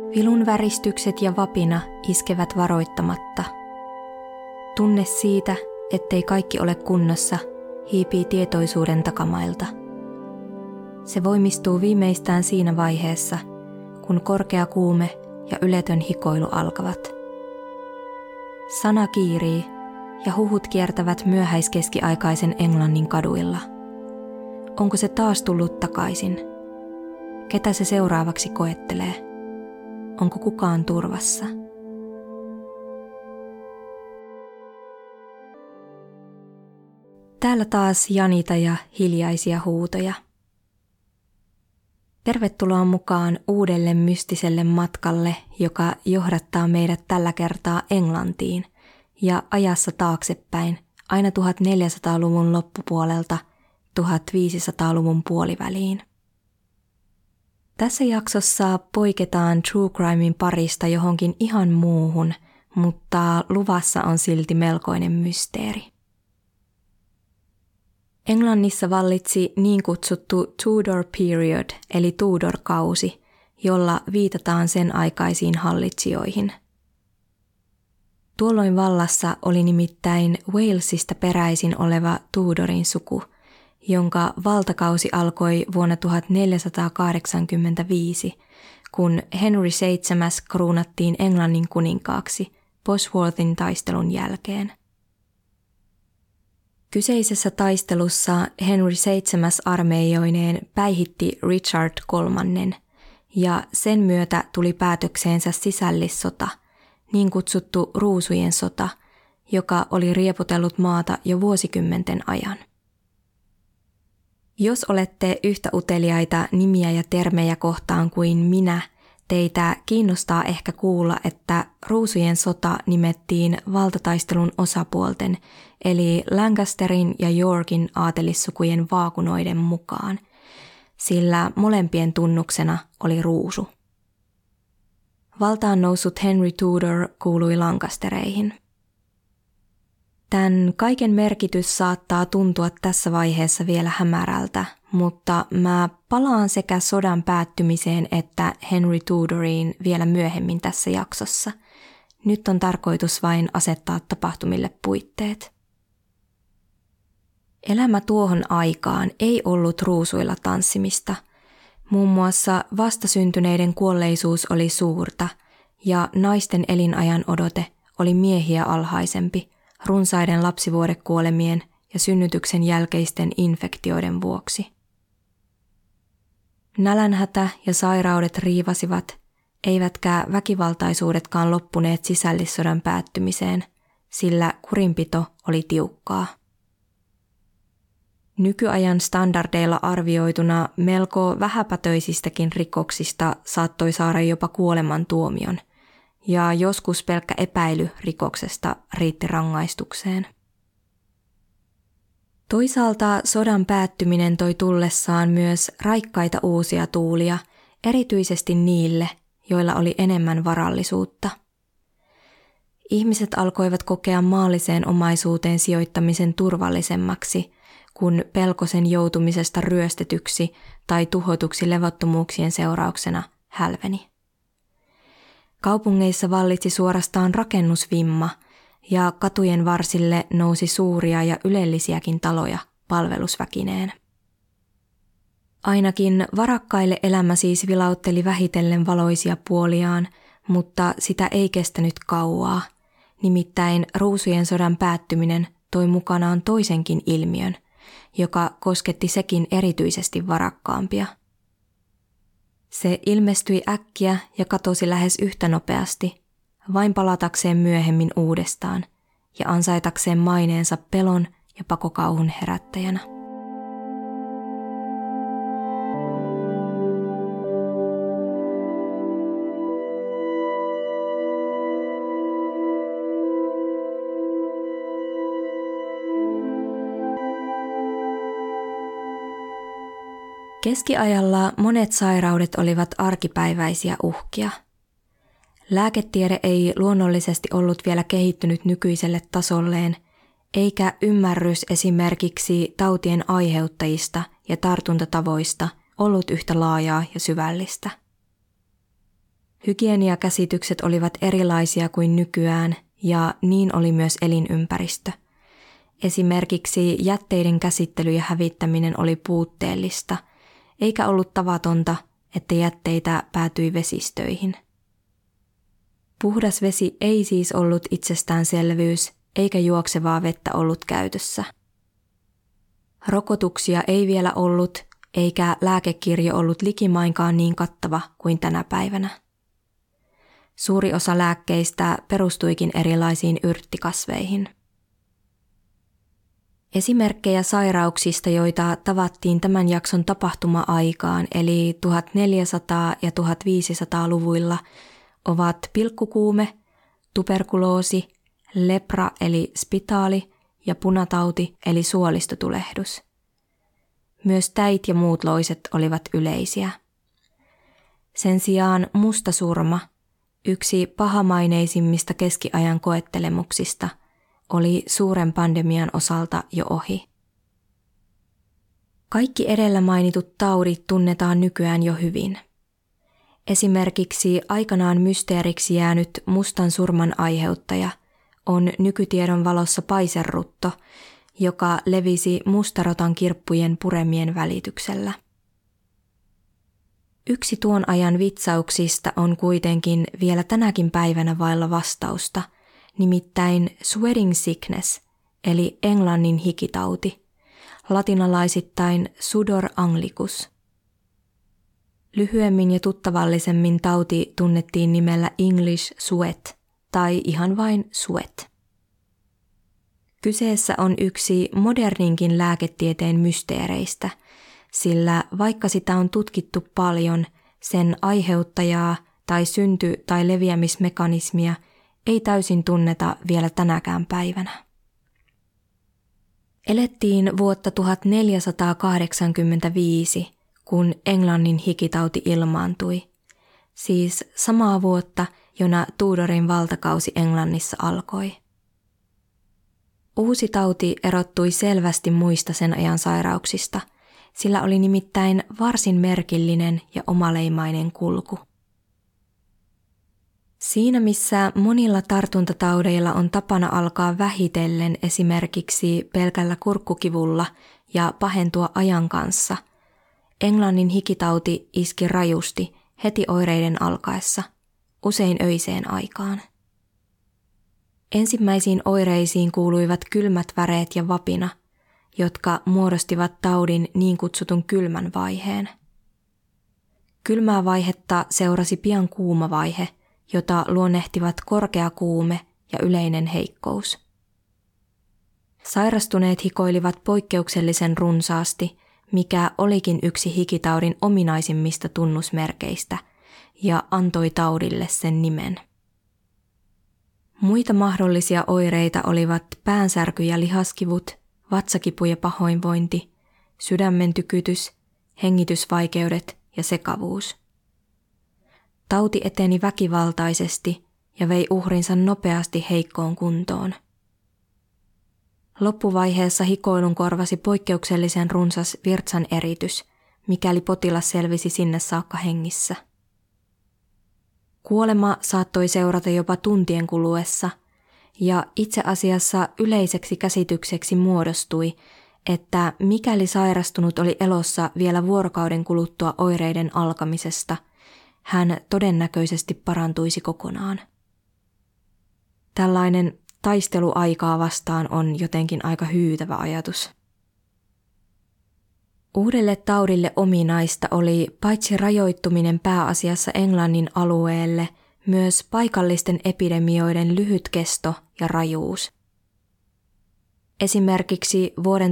Vilun väristykset ja vapina iskevät varoittamatta. Tunne siitä, ettei kaikki ole kunnossa, hiipii tietoisuuden takamailta. Se voimistuu viimeistään siinä vaiheessa, kun korkea kuume ja yletön hikoilu alkavat. Sana kiirii ja huhut kiertävät myöhäiskeskiaikaisen Englannin kaduilla. Onko se taas tullut takaisin? Ketä se seuraavaksi koettelee? Onko kukaan turvassa? Täällä taas Janita ja hiljaisia huutoja. Tervetuloa mukaan uudelle mystiselle matkalle, joka johdattaa meidät tällä kertaa Englantiin ja ajassa taaksepäin aina 1400-luvun loppupuolelta 1500-luvun puoliväliin. Tässä jaksossa poiketaan True Crimein parista johonkin ihan muuhun, mutta luvassa on silti melkoinen mysteeri. Englannissa vallitsi niin kutsuttu Tudor period eli Tudor-kausi, jolla viitataan sen aikaisiin hallitsijoihin. Tuolloin vallassa oli nimittäin Walesista peräisin oleva Tudorin suku, jonka valtakausi alkoi vuonna 1485, kun Henry VII kruunattiin Englannin kuninkaaksi Bosworthin taistelun jälkeen. Kyseisessä taistelussa Henry VII armeijoineen päihitti Richard III, ja sen myötä tuli päätökseensä sisällissota, niin kutsuttu ruusujen sota, joka oli riepotellut maata jo vuosikymmenten ajan. Jos olette yhtä uteliaita nimiä ja termejä kohtaan kuin minä, teitä kiinnostaa ehkä kuulla, että ruusujen sota nimettiin valtataistelun osapuolten, eli Lancasterin ja Yorkin aatelissukujen vaakunoiden mukaan, sillä molempien tunnuksena oli ruusu. Valtaan noussut Henry Tudor kuului Lancastereihin. Tämän kaiken merkitys saattaa tuntua tässä vaiheessa vielä hämärältä, mutta mä palaan sekä sodan päättymiseen että Henry Tudoriin vielä myöhemmin tässä jaksossa. Nyt on tarkoitus vain asettaa tapahtumille puitteet. Elämä tuohon aikaan ei ollut ruusuilla tanssimista. Muun muassa vastasyntyneiden kuolleisuus oli suurta ja naisten elinajan odote oli miehiä alhaisempi runsaiden lapsivuodekuolemien ja synnytyksen jälkeisten infektioiden vuoksi. Nälänhätä ja sairaudet riivasivat, eivätkä väkivaltaisuudetkaan loppuneet sisällissodan päättymiseen, sillä kurinpito oli tiukkaa. Nykyajan standardeilla arvioituna melko vähäpätöisistäkin rikoksista saattoi saada jopa kuolemantuomion, ja joskus pelkkä epäily rikoksesta riitti rangaistukseen. Toisaalta sodan päättyminen toi tullessaan myös raikkaita uusia tuulia, erityisesti niille, joilla oli enemmän varallisuutta. Ihmiset alkoivat kokea maalliseen omaisuuteen sijoittamisen turvallisemmaksi, kun pelko sen joutumisesta ryöstetyksi tai tuhotuksi levottomuuksien seurauksena hälveni. Kaupungeissa vallitsi suorastaan rakennusvimma ja katujen varsille nousi suuria ja ylellisiäkin taloja palvelusväkineen. Ainakin varakkaille elämä siis vilautteli vähitellen valoisia puoliaan, mutta sitä ei kestänyt kauaa. Nimittäin ruusujen sodan päättyminen toi mukanaan toisenkin ilmiön, joka kosketti sekin erityisesti varakkaampia. Se ilmestyi äkkiä ja katosi lähes yhtä nopeasti, vain palatakseen myöhemmin uudestaan ja ansaitakseen maineensa pelon ja pakokauhun herättäjänä. Keskiajalla monet sairaudet olivat arkipäiväisiä uhkia. Lääketiede ei luonnollisesti ollut vielä kehittynyt nykyiselle tasolleen, eikä ymmärrys esimerkiksi tautien aiheuttajista ja tartuntatavoista ollut yhtä laajaa ja syvällistä. Hygieniakäsitykset olivat erilaisia kuin nykyään ja niin oli myös elinympäristö. Esimerkiksi jätteiden käsittely ja hävittäminen oli puutteellista, eikä ollut tavatonta, että jätteitä päätyi vesistöihin. Puhdas vesi ei siis ollut itsestäänselvyys, eikä juoksevaa vettä ollut käytössä. Rokotuksia ei vielä ollut, eikä lääkekirjo ollut likimainkaan niin kattava kuin tänä päivänä. Suuri osa lääkkeistä perustuikin erilaisiin yrttikasveihin. Esimerkkejä sairauksista, joita tavattiin tämän jakson tapahtuma-aikaan, eli 1400- ja 1500-luvuilla, ovat pilkkukuume, tuberkuloosi, lepra eli spitaali ja punatauti eli suolistotulehdus. Myös täit ja muut loiset olivat yleisiä. Sen sijaan mustasurma, yksi pahamaineisimmista keskiajan koettelemuksista, oli suuren pandemian osalta jo ohi. Kaikki edellä mainitut taudit tunnetaan nykyään jo hyvin. Esimerkiksi aikanaan mysteeriksi jäänyt mustan surman aiheuttaja on nykytiedon valossa paiserrutto, joka levisi mustarotan kirppujen puremien välityksellä. Yksi tuon ajan vitsauksista on kuitenkin vielä tänäkin päivänä vailla vastausta, nimittäin sweating sickness, eli englannin hikitauti, latinalaisittain sudor anglicus. Lyhyemmin ja tuttavallisemmin tauti tunnettiin nimellä English sweat tai ihan vain sweat. Kyseessä on yksi moderninkin lääketieteen mysteereistä, sillä vaikka sitä on tutkittu paljon, sen aiheuttajaa tai synty- tai leviämismekanismia ei täysin tunneta vielä tänäkään päivänä. Elettiin vuotta 1485, kun Englannin hikitauti ilmaantui, siis samaa vuotta, jona Tudorin valtakausi Englannissa alkoi. Uusi tauti erottui selvästi muista sen ajan sairauksista, sillä oli nimittäin varsin merkillinen ja omaleimainen kulku. Siinä missä monilla tartuntataudeilla on tapana alkaa vähitellen esimerkiksi pelkällä kurkkukivulla ja pahentua ajan kanssa, Englannin hikitauti iski rajusti heti oireiden alkaessa, usein öiseen aikaan. Ensimmäisiin oireisiin kuuluivat kylmät väreet ja vapina, jotka muodostivat taudin niin kutsutun kylmän vaiheen. Kylmää vaihetta seurasi pian kuuma vaihe, jota luonnehtivat korkea kuume ja yleinen heikkous. Sairastuneet hikoilivat poikkeuksellisen runsaasti, mikä olikin yksi hikitaudin ominaisimmista tunnusmerkeistä ja antoi taudille sen nimen. Muita mahdollisia oireita olivat päänsärky ja lihaskivut, vatsakipu ja pahoinvointi, sydämen tykytys, hengitysvaikeudet ja sekavuus. Tauti eteni väkivaltaisesti ja vei uhrinsa nopeasti heikkoon kuntoon. Loppuvaiheessa hikoilun korvasi poikkeuksellisen runsas virtsan eritys, mikäli potilas selvisi sinne saakka hengissä. Kuolema saattoi seurata jopa tuntien kuluessa, ja itse asiassa yleiseksi käsitykseksi muodostui, että mikäli sairastunut oli elossa vielä vuorokauden kuluttua oireiden alkamisesta, hän todennäköisesti parantuisi kokonaan. Tällainen taisteluaikaa vastaan on jotenkin aika hyytävä ajatus. Uudelle taudille ominaista oli paitsi rajoittuminen pääasiassa Englannin alueelle, myös paikallisten epidemioiden lyhyt kesto ja rajuus. Esimerkiksi vuoden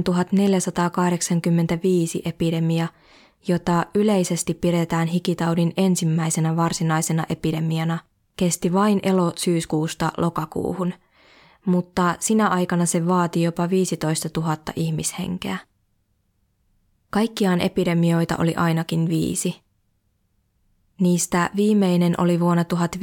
1485 epidemia, jota yleisesti pidetään hikitaudin ensimmäisenä varsinaisena epidemiana, kesti vain elo-syyskuusta lokakuuhun, mutta sinä aikana se vaati jopa 15 000 ihmishenkeä. Kaikkiaan epidemioita oli ainakin 5. Niistä viimeinen oli vuonna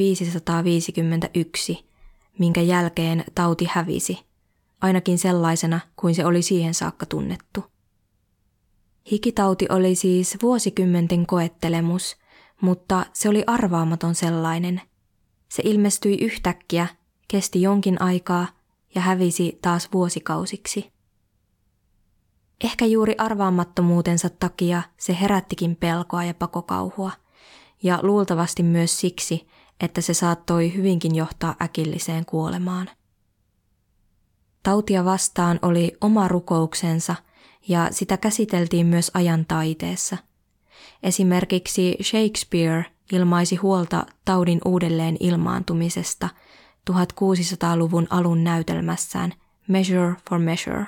1551, minkä jälkeen tauti hävisi, ainakin sellaisena kuin se oli siihen saakka tunnettu. Hikitauti oli siis vuosikymmenten koettelemus, mutta se oli arvaamaton sellainen. Se ilmestyi yhtäkkiä, kesti jonkin aikaa ja hävisi taas vuosikausiksi. Ehkä juuri arvaamattomuutensa takia se herättikin pelkoa ja pakokauhua, ja luultavasti myös siksi, että se saattoi hyvinkin johtaa äkilliseen kuolemaan. Tautia vastaan oli oma rukouksensa, ja sitä käsiteltiin myös ajan taiteessa. Esimerkiksi Shakespeare ilmaisi huolta taudin uudelleen ilmaantumisesta 1600-luvun alun näytelmässään Measure for Measure.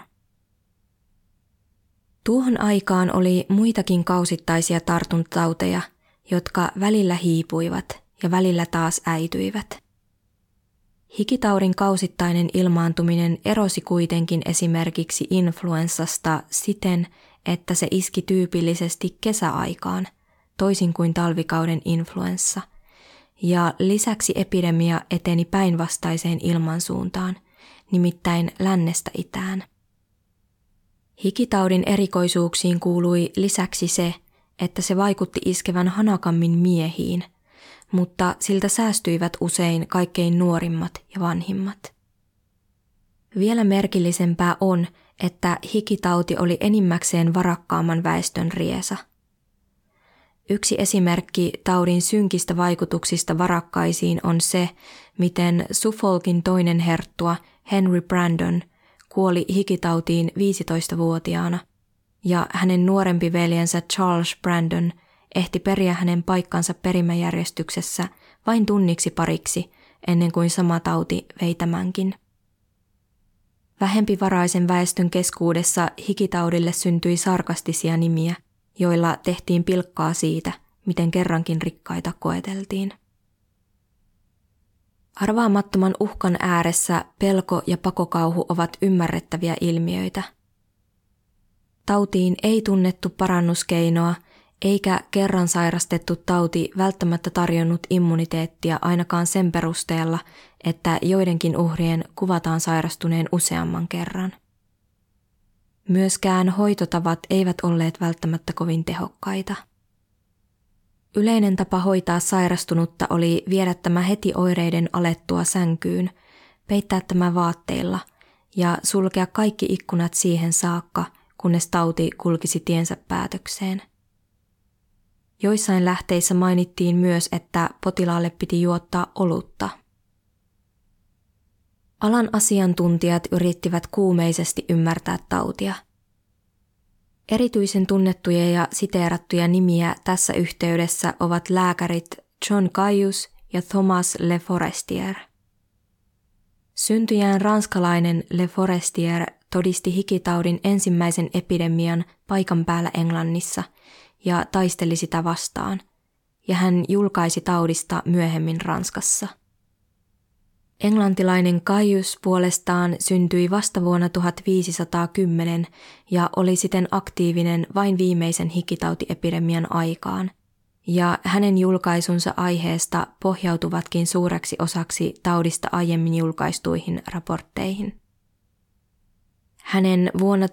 Tuohon aikaan oli muitakin kausittaisia tartuntatauteja, jotka välillä hiipuivat ja välillä taas äityivät. Hikitaudin kausittainen ilmaantuminen erosi kuitenkin esimerkiksi influenssasta siten, että se iski tyypillisesti kesäaikaan, toisin kuin talvikauden influenssa, ja lisäksi epidemia eteni päinvastaiseen ilmansuuntaan, nimittäin lännestä itään. Hikitaudin erikoisuuksiin kuului lisäksi se, että se vaikutti iskevän hanakammin miehiin, mutta siltä säästyivät usein kaikkein nuorimmat ja vanhimmat. Vielä merkillisempää on, että hikitauti oli enimmäkseen varakkaamman väestön riesa. Yksi esimerkki taudin synkistä vaikutuksista varakkaisiin on se, miten Suffolkin toinen herttua Henry Brandon kuoli hikitautiin 15-vuotiaana, ja hänen nuorempi veljensä Charles Brandon ehti periä hänen paikkansa perimäjärjestyksessä vain tunniksi pariksi ennen kuin sama tauti vei tämänkin. Vähempivaraisen väestön keskuudessa hikitaudille syntyi sarkastisia nimiä, joilla tehtiin pilkkaa siitä, miten kerrankin rikkaita koeteltiin. Arvaamattoman uhkan ääressä pelko ja pakokauhu ovat ymmärrettäviä ilmiöitä. Tautiin ei tunnettu parannuskeinoa, eikä kerran sairastettu tauti välttämättä tarjonnut immuniteettia ainakaan sen perusteella, että joidenkin uhrien kuvataan sairastuneen useamman kerran. Myöskään hoitotavat eivät olleet välttämättä kovin tehokkaita. Yleinen tapa hoitaa sairastunutta oli viedä tämä heti oireiden alettua sänkyyn, peittää tämä vaatteilla ja sulkea kaikki ikkunat siihen saakka, kunnes tauti kulkisi tiensä päätökseen. Joissain lähteissä mainittiin myös, että potilaalle piti juottaa olutta. Alan asiantuntijat yrittivät kuumeisesti ymmärtää tautia. Erityisen tunnettuja ja siteerattuja nimiä tässä yhteydessä ovat lääkärit John Gaius ja Thomas Le Forestier. Syntyjään ranskalainen Le Forestier todisti hikitaudin ensimmäisen epidemian paikan päällä Englannissa ja taisteli sitä vastaan, ja hän julkaisi taudista myöhemmin Ranskassa. Englantilainen Gaius puolestaan syntyi vasta vuonna 1510 ja oli siten aktiivinen vain viimeisen hikitautiepidemian aikaan, ja hänen julkaisunsa aiheesta pohjautuvatkin suureksi osaksi taudista aiemmin julkaistuihin raportteihin. Hänen vuonna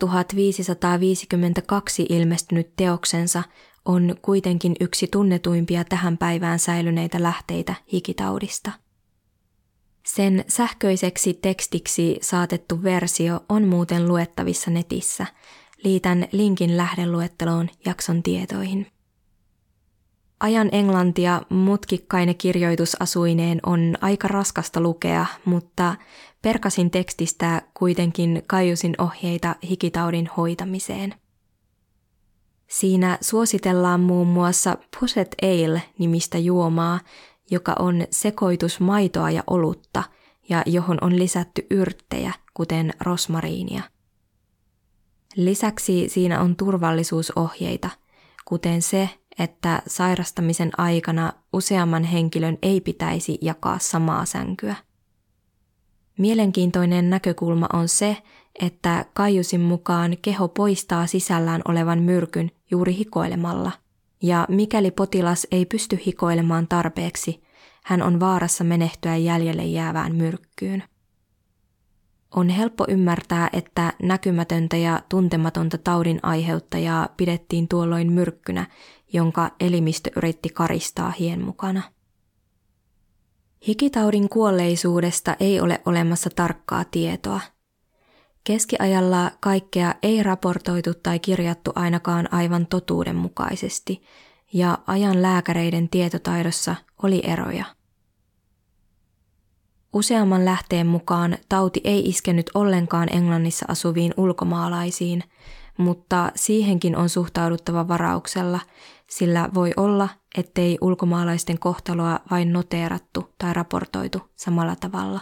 1552 ilmestynyt teoksensa on kuitenkin yksi tunnetuimpia tähän päivään säilyneitä lähteitä hikitaudista. Sen sähköiseksi tekstiksi saatettu versio on muuten luettavissa netissä. Liitän linkin lähdeluetteloon jakson tietoihin. Ajan englantia mutkikkaine kirjoitusasuineen on aika raskasta lukea, mutta perkasin tekstistä kuitenkin Gaiusin ohjeita hikitaudin hoitamiseen. Siinä suositellaan muun muassa Posset Ale-nimistä juomaa, joka on sekoitus maitoa ja olutta ja johon on lisätty yrttejä, kuten rosmariinia. Lisäksi siinä on turvallisuusohjeita, kuten se, että sairastamisen aikana useamman henkilön ei pitäisi jakaa samaa sänkyä. Mielenkiintoinen näkökulma on se, että Gaiusin mukaan keho poistaa sisällään olevan myrkyn juuri hikoilemalla, ja mikäli potilas ei pysty hikoilemaan tarpeeksi, hän on vaarassa menehtyä jäljelle jäävään myrkkyyn. On helppo ymmärtää, että näkymätöntä ja tuntematonta taudin aiheuttajaa pidettiin tuolloin myrkkynä, jonka elimistö yritti karistaa hien mukana. Hikitaudin kuolleisuudesta ei ole olemassa tarkkaa tietoa. Keskiajalla kaikkea ei raportoitu tai kirjattu ainakaan aivan totuudenmukaisesti, ja ajan lääkäreiden tietotaidossa oli eroja. Useamman lähteen mukaan tauti ei iskenyt ollenkaan Englannissa asuviin ulkomaalaisiin, mutta siihenkin on suhtauduttava varauksella, sillä voi olla, ettei ulkomaalaisten kohtaloa vain noteerattu tai raportoitu samalla tavalla.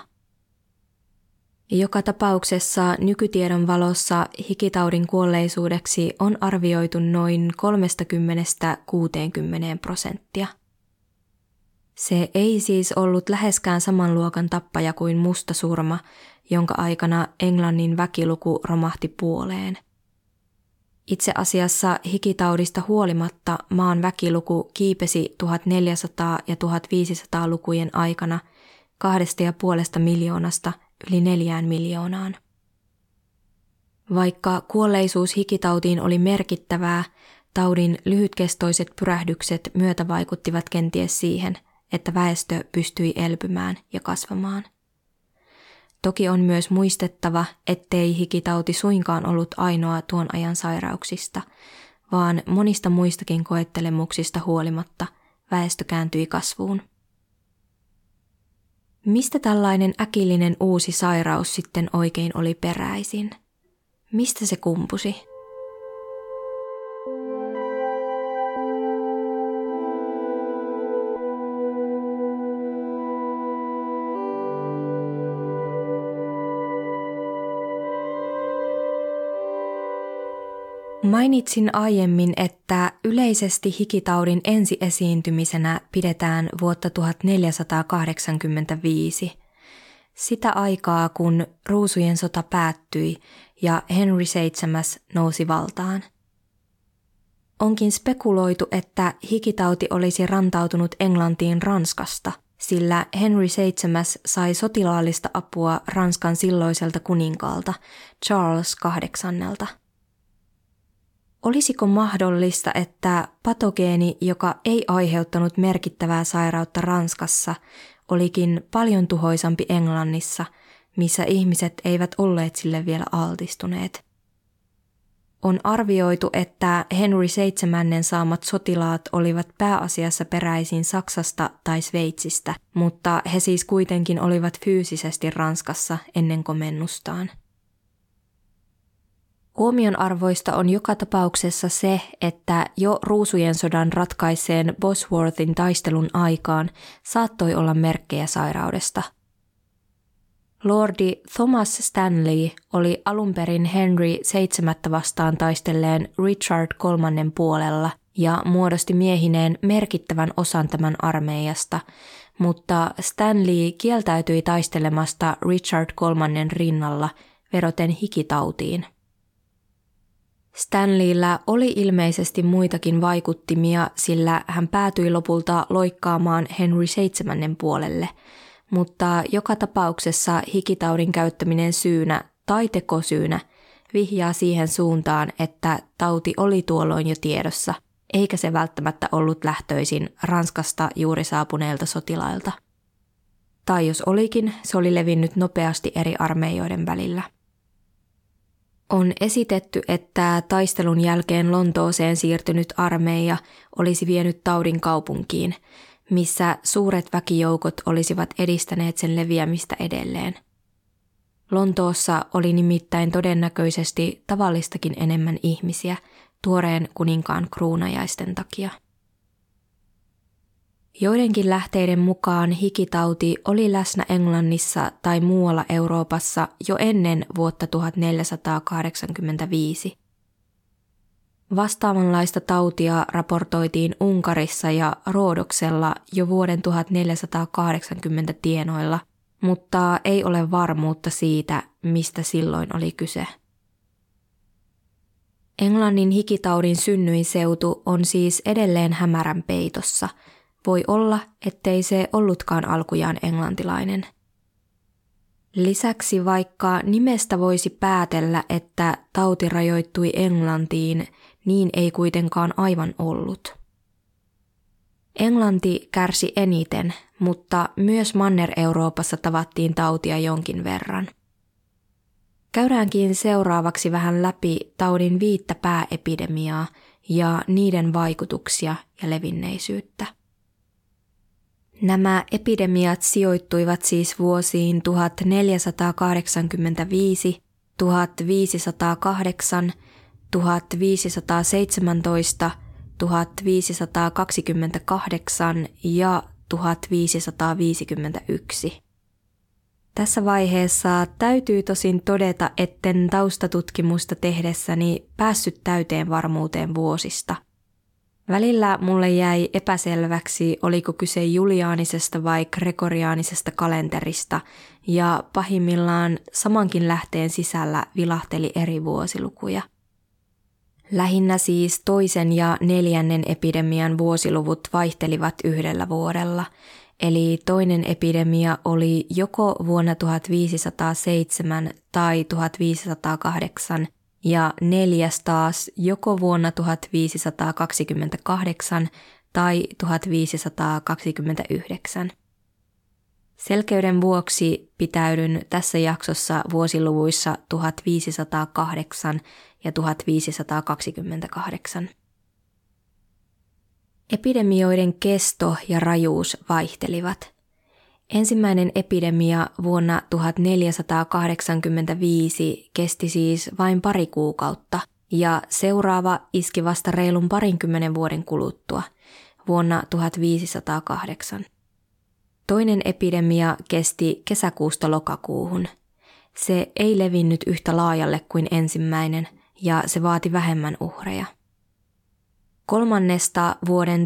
Joka tapauksessa nykytiedon valossa hikitaudin kuolleisuudeksi on arvioitu noin 30–60%. Se ei siis ollut läheskään saman luokan tappaja kuin mustasurma, jonka aikana Englannin väkiluku romahti puoleen. Itse asiassa hikitaudista huolimatta maan väkiluku kiipesi 1400- ja 1500-lukujen aikana 2,5 miljoonasta yli 4 miljoonaan. Vaikka kuolleisuus hikitautiin oli merkittävää, taudin lyhytkestoiset pyrähdykset myötävaikuttivat kenties siihen, että väestö pystyi elpymään ja kasvamaan. Toki on myös muistettava, ettei hikitauti suinkaan ollut ainoa tuon ajan sairauksista, vaan monista muistakin koettelemuksista huolimatta väestö kääntyi kasvuun. Mistä tällainen äkillinen uusi sairaus sitten oikein oli peräisin? Mistä se kumpusi? Mainitsin aiemmin, että yleisesti hikitaudin ensiesiintymisenä pidetään vuotta 1485, sitä aikaa kun Ruusujen sota päättyi ja Henry VII nousi valtaan. Onkin spekuloitu, että hikitauti olisi rantautunut Englantiin Ranskasta, sillä Henry VII sai sotilaallista apua Ranskan silloiselta kuninkaalta Charles VIII. Olisiko mahdollista, että patogeeni, joka ei aiheuttanut merkittävää sairautta Ranskassa, olikin paljon tuhoisampi Englannissa, missä ihmiset eivät olleet sille vielä altistuneet? On arvioitu, että Henry VII saamat sotilaat olivat pääasiassa peräisin Saksasta tai Sveitsistä, mutta he siis kuitenkin olivat fyysisesti Ranskassa ennen komennustaan. Huomionarvoista on joka tapauksessa se, että jo Ruusujen sodan ratkaiseen Bosworthin taistelun aikaan saattoi olla merkkejä sairaudesta. Lordi Thomas Stanley oli alun perin Henry VII vastaan taistelleen Richard III puolella ja muodosti miehineen merkittävän osan tämän armeijasta, mutta Stanley kieltäytyi taistelemasta Richard III rinnalla vedoten hikitautiin. Stanleyllä oli ilmeisesti muitakin vaikuttimia, sillä hän päätyi lopulta loikkaamaan Henry VII puolelle, mutta joka tapauksessa hikitaudin käyttäminen syynä tai tekosyynä vihjaa siihen suuntaan, että tauti oli tuolloin jo tiedossa, eikä se välttämättä ollut lähtöisin Ranskasta juuri saapuneilta sotilailta. Tai jos olikin, se oli levinnyt nopeasti eri armeijoiden välillä. On esitetty, että taistelun jälkeen Lontooseen siirtynyt armeija olisi vienyt taudin kaupunkiin, missä suuret väkijoukot olisivat edistäneet sen leviämistä edelleen. Lontoossa oli nimittäin todennäköisesti tavallistakin enemmän ihmisiä tuoreen kuninkaan kruunajaisten takia. Joidenkin lähteiden mukaan hikitauti oli läsnä Englannissa tai muualla Euroopassa jo ennen vuotta 1485. Vastaavanlaista tautia raportoitiin Unkarissa ja Roodoksella jo vuoden 1480 tienoilla, mutta ei ole varmuutta siitä, mistä silloin oli kyse. Englannin hikitaudin synnyinseutu on siis edelleen hämärän peitossa. Voi olla, ettei se ollutkaan alkujaan englantilainen. Lisäksi vaikka nimestä voisi päätellä, että tauti rajoittui Englantiin, niin ei kuitenkaan aivan ollut. Englanti kärsi eniten, mutta myös Manner-Euroopassa tavattiin tautia jonkin verran. Käydäänkin seuraavaksi vähän läpi taudin 5 pääepidemiaa ja niiden vaikutuksia ja levinneisyyttä. Nämä epidemiat sijoittuivat siis vuosiin 1485, 1508, 1517, 1528 ja 1551. Tässä vaiheessa täytyy tosin todeta, etten taustatutkimusta tehdessäni päässyt täyteen varmuuteen vuosista. Välillä mulle jäi epäselväksi, oliko kyse juliaanisesta vai gregoriaanisesta kalenterista, ja pahimmillaan samankin lähteen sisällä vilahteli eri vuosilukuja. Lähinnä siis 2. ja 4. epidemian vuosiluvut vaihtelivat 1 vuodella, eli 2. epidemia oli joko vuonna 1507 tai 1508, ja 4. taas joko vuonna 1528 tai 1529. Selkeyden vuoksi pitäydyn tässä jaksossa vuosiluvuissa 1508 ja 1528. Epidemioiden kesto ja rajuus vaihtelivat. Ensimmäinen epidemia vuonna 1485 kesti siis vain pari kuukautta ja seuraava iski vasta reilun 20 vuoden kuluttua vuonna 1508. Toinen epidemia kesti kesäkuusta lokakuuhun. Se ei levinnyt yhtä laajalle kuin ensimmäinen ja se vaati vähemmän uhreja. Kolmannesta vuoden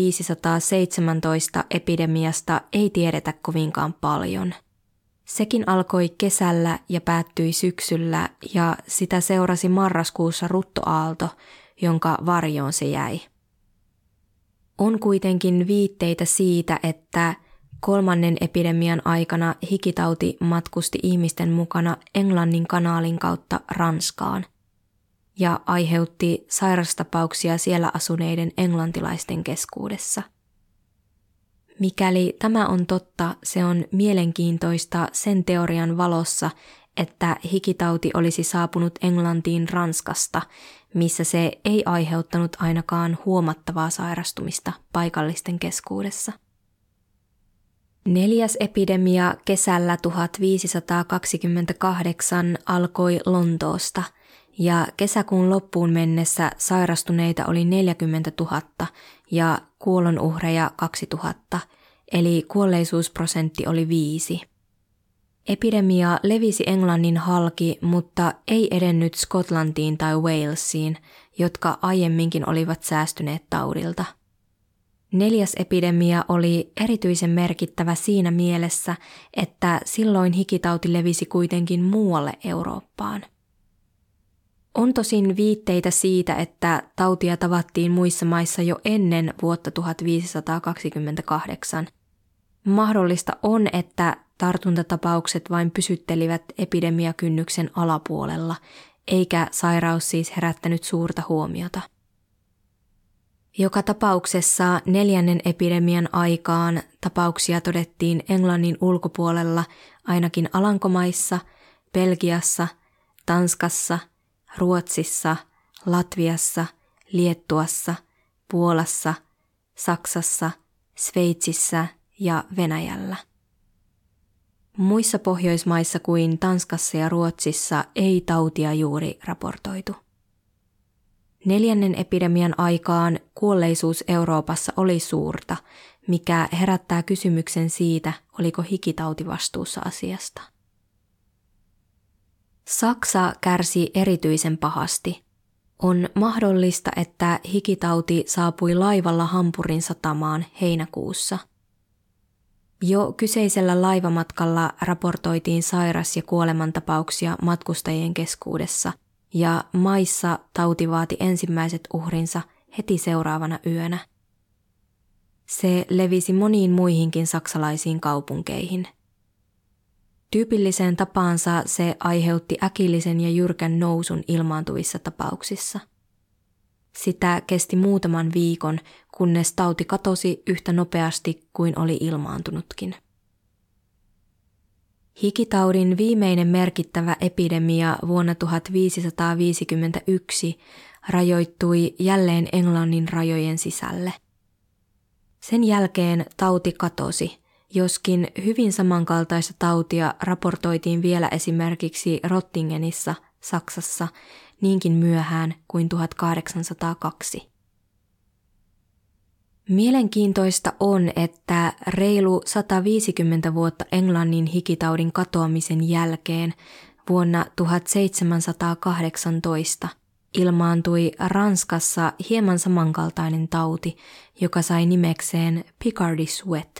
1517 epidemiasta ei tiedetä kovinkaan paljon. Sekin alkoi kesällä ja päättyi syksyllä ja sitä seurasi marraskuussa ruttoaalto, jonka varjoon se jäi. On kuitenkin viitteitä siitä, että 3. epidemian aikana hikitauti matkusti ihmisten mukana Englannin kanaalin kautta Ranskaan ja aiheutti sairastapauksia siellä asuneiden englantilaisten keskuudessa. Mikäli tämä on totta, se on mielenkiintoista sen teorian valossa, että hikitauti olisi saapunut Englantiin Ranskasta, missä se ei aiheuttanut ainakaan huomattavaa sairastumista paikallisten keskuudessa. 4. epidemia kesällä 1528 alkoi Lontoosta ja kesäkuun loppuun mennessä sairastuneita oli 40 000 ja kuolonuhreja 2 000, eli kuolleisuusprosentti oli 5. Epidemia levisi Englannin halki, mutta ei edennyt Skotlantiin tai Walesiin, jotka aiemminkin olivat säästyneet taudilta. 4. epidemia oli erityisen merkittävä siinä mielessä, että silloin hikitauti levisi kuitenkin muualle Eurooppaan. On tosin viitteitä siitä, että tautia tavattiin muissa maissa jo ennen vuotta 1528. Mahdollista on, että tartuntatapaukset vain pysyttelivät epidemiakynnyksen alapuolella, eikä sairaus siis herättänyt suurta huomiota. Joka tapauksessa 4. epidemian aikaan tapauksia todettiin Englannin ulkopuolella ainakin Alankomaissa, Belgiassa, Tanskassa, Ruotsissa, Latviassa, Liettuassa, Puolassa, Saksassa, Sveitsissä ja Venäjällä. Muissa Pohjoismaissa kuin Tanskassa ja Ruotsissa ei tautia juuri raportoitu. 4. epidemian aikaan kuolleisuus Euroopassa oli suurta, mikä herättää kysymyksen siitä, oliko hikitauti vastuussa asiasta. Saksa kärsi erityisen pahasti. On mahdollista, että hikitauti saapui laivalla Hampurin satamaan heinäkuussa. Jo kyseisellä laivamatkalla raportoitiin sairas- ja kuolemantapauksia matkustajien keskuudessa, ja maissa tauti vaati ensimmäiset uhrinsa heti seuraavana yönä. Se levisi moniin muihinkin saksalaisiin kaupunkeihin. Tyypilliseen tapaansa se aiheutti äkillisen ja jyrkän nousun ilmaantuvissa tapauksissa. Sitä kesti muutaman viikon, kunnes tauti katosi yhtä nopeasti kuin oli ilmaantunutkin. Hikitaudin viimeinen merkittävä epidemia vuonna 1551 rajoittui jälleen Englannin rajojen sisälle. Sen jälkeen tauti katosi, joskin hyvin samankaltaista tautia raportoitiin vielä esimerkiksi Rottingenissa, Saksassa, niinkin myöhään kuin 1802. Mielenkiintoista on, että reilu 150 vuotta Englannin hikitaudin katoamisen jälkeen vuonna 1718 ilmaantui Ranskassa hieman samankaltainen tauti, joka sai nimekseen Picardy Sweat.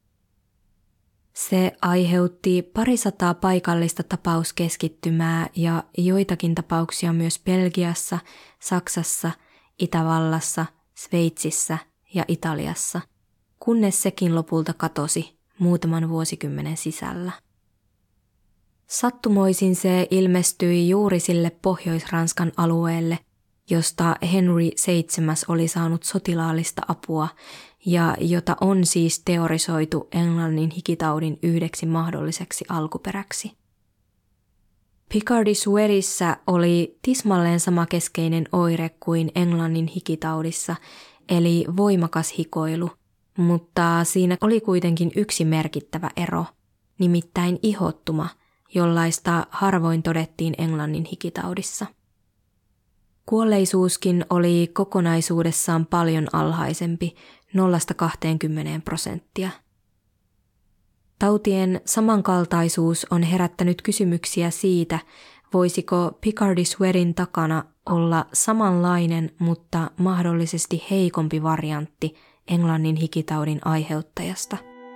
Se aiheutti parisataa paikallista tapauskeskittymää ja joitakin tapauksia myös Belgiassa, Saksassa, Itävallassa, Sveitsissä ja Italiassa, kunnes sekin lopulta katosi muutaman vuosikymmenen sisällä. Sattumoisin se ilmestyi juuri sille Pohjois-Ranskan alueelle, josta Henry VII oli saanut sotilaallista apua ja jota on siis teorisoitu Englannin hikitaudin yhdeksi mahdolliseksi alkuperäksi. Picardy Sweatissä oli tismalleen sama keskeinen oire kuin Englannin hikitaudissa, eli voimakas hikoilu, mutta siinä oli kuitenkin yksi merkittävä ero, nimittäin ihottuma, jollaista harvoin todettiin Englannin hikitaudissa. Kuolleisuuskin oli kokonaisuudessaan paljon alhaisempi, 0–20%. Tautien samankaltaisuus on herättänyt kysymyksiä siitä, voisiko Picardy Sweatin takana olla samanlainen, mutta mahdollisesti heikompi variantti Englannin hikitaudin aiheuttajasta.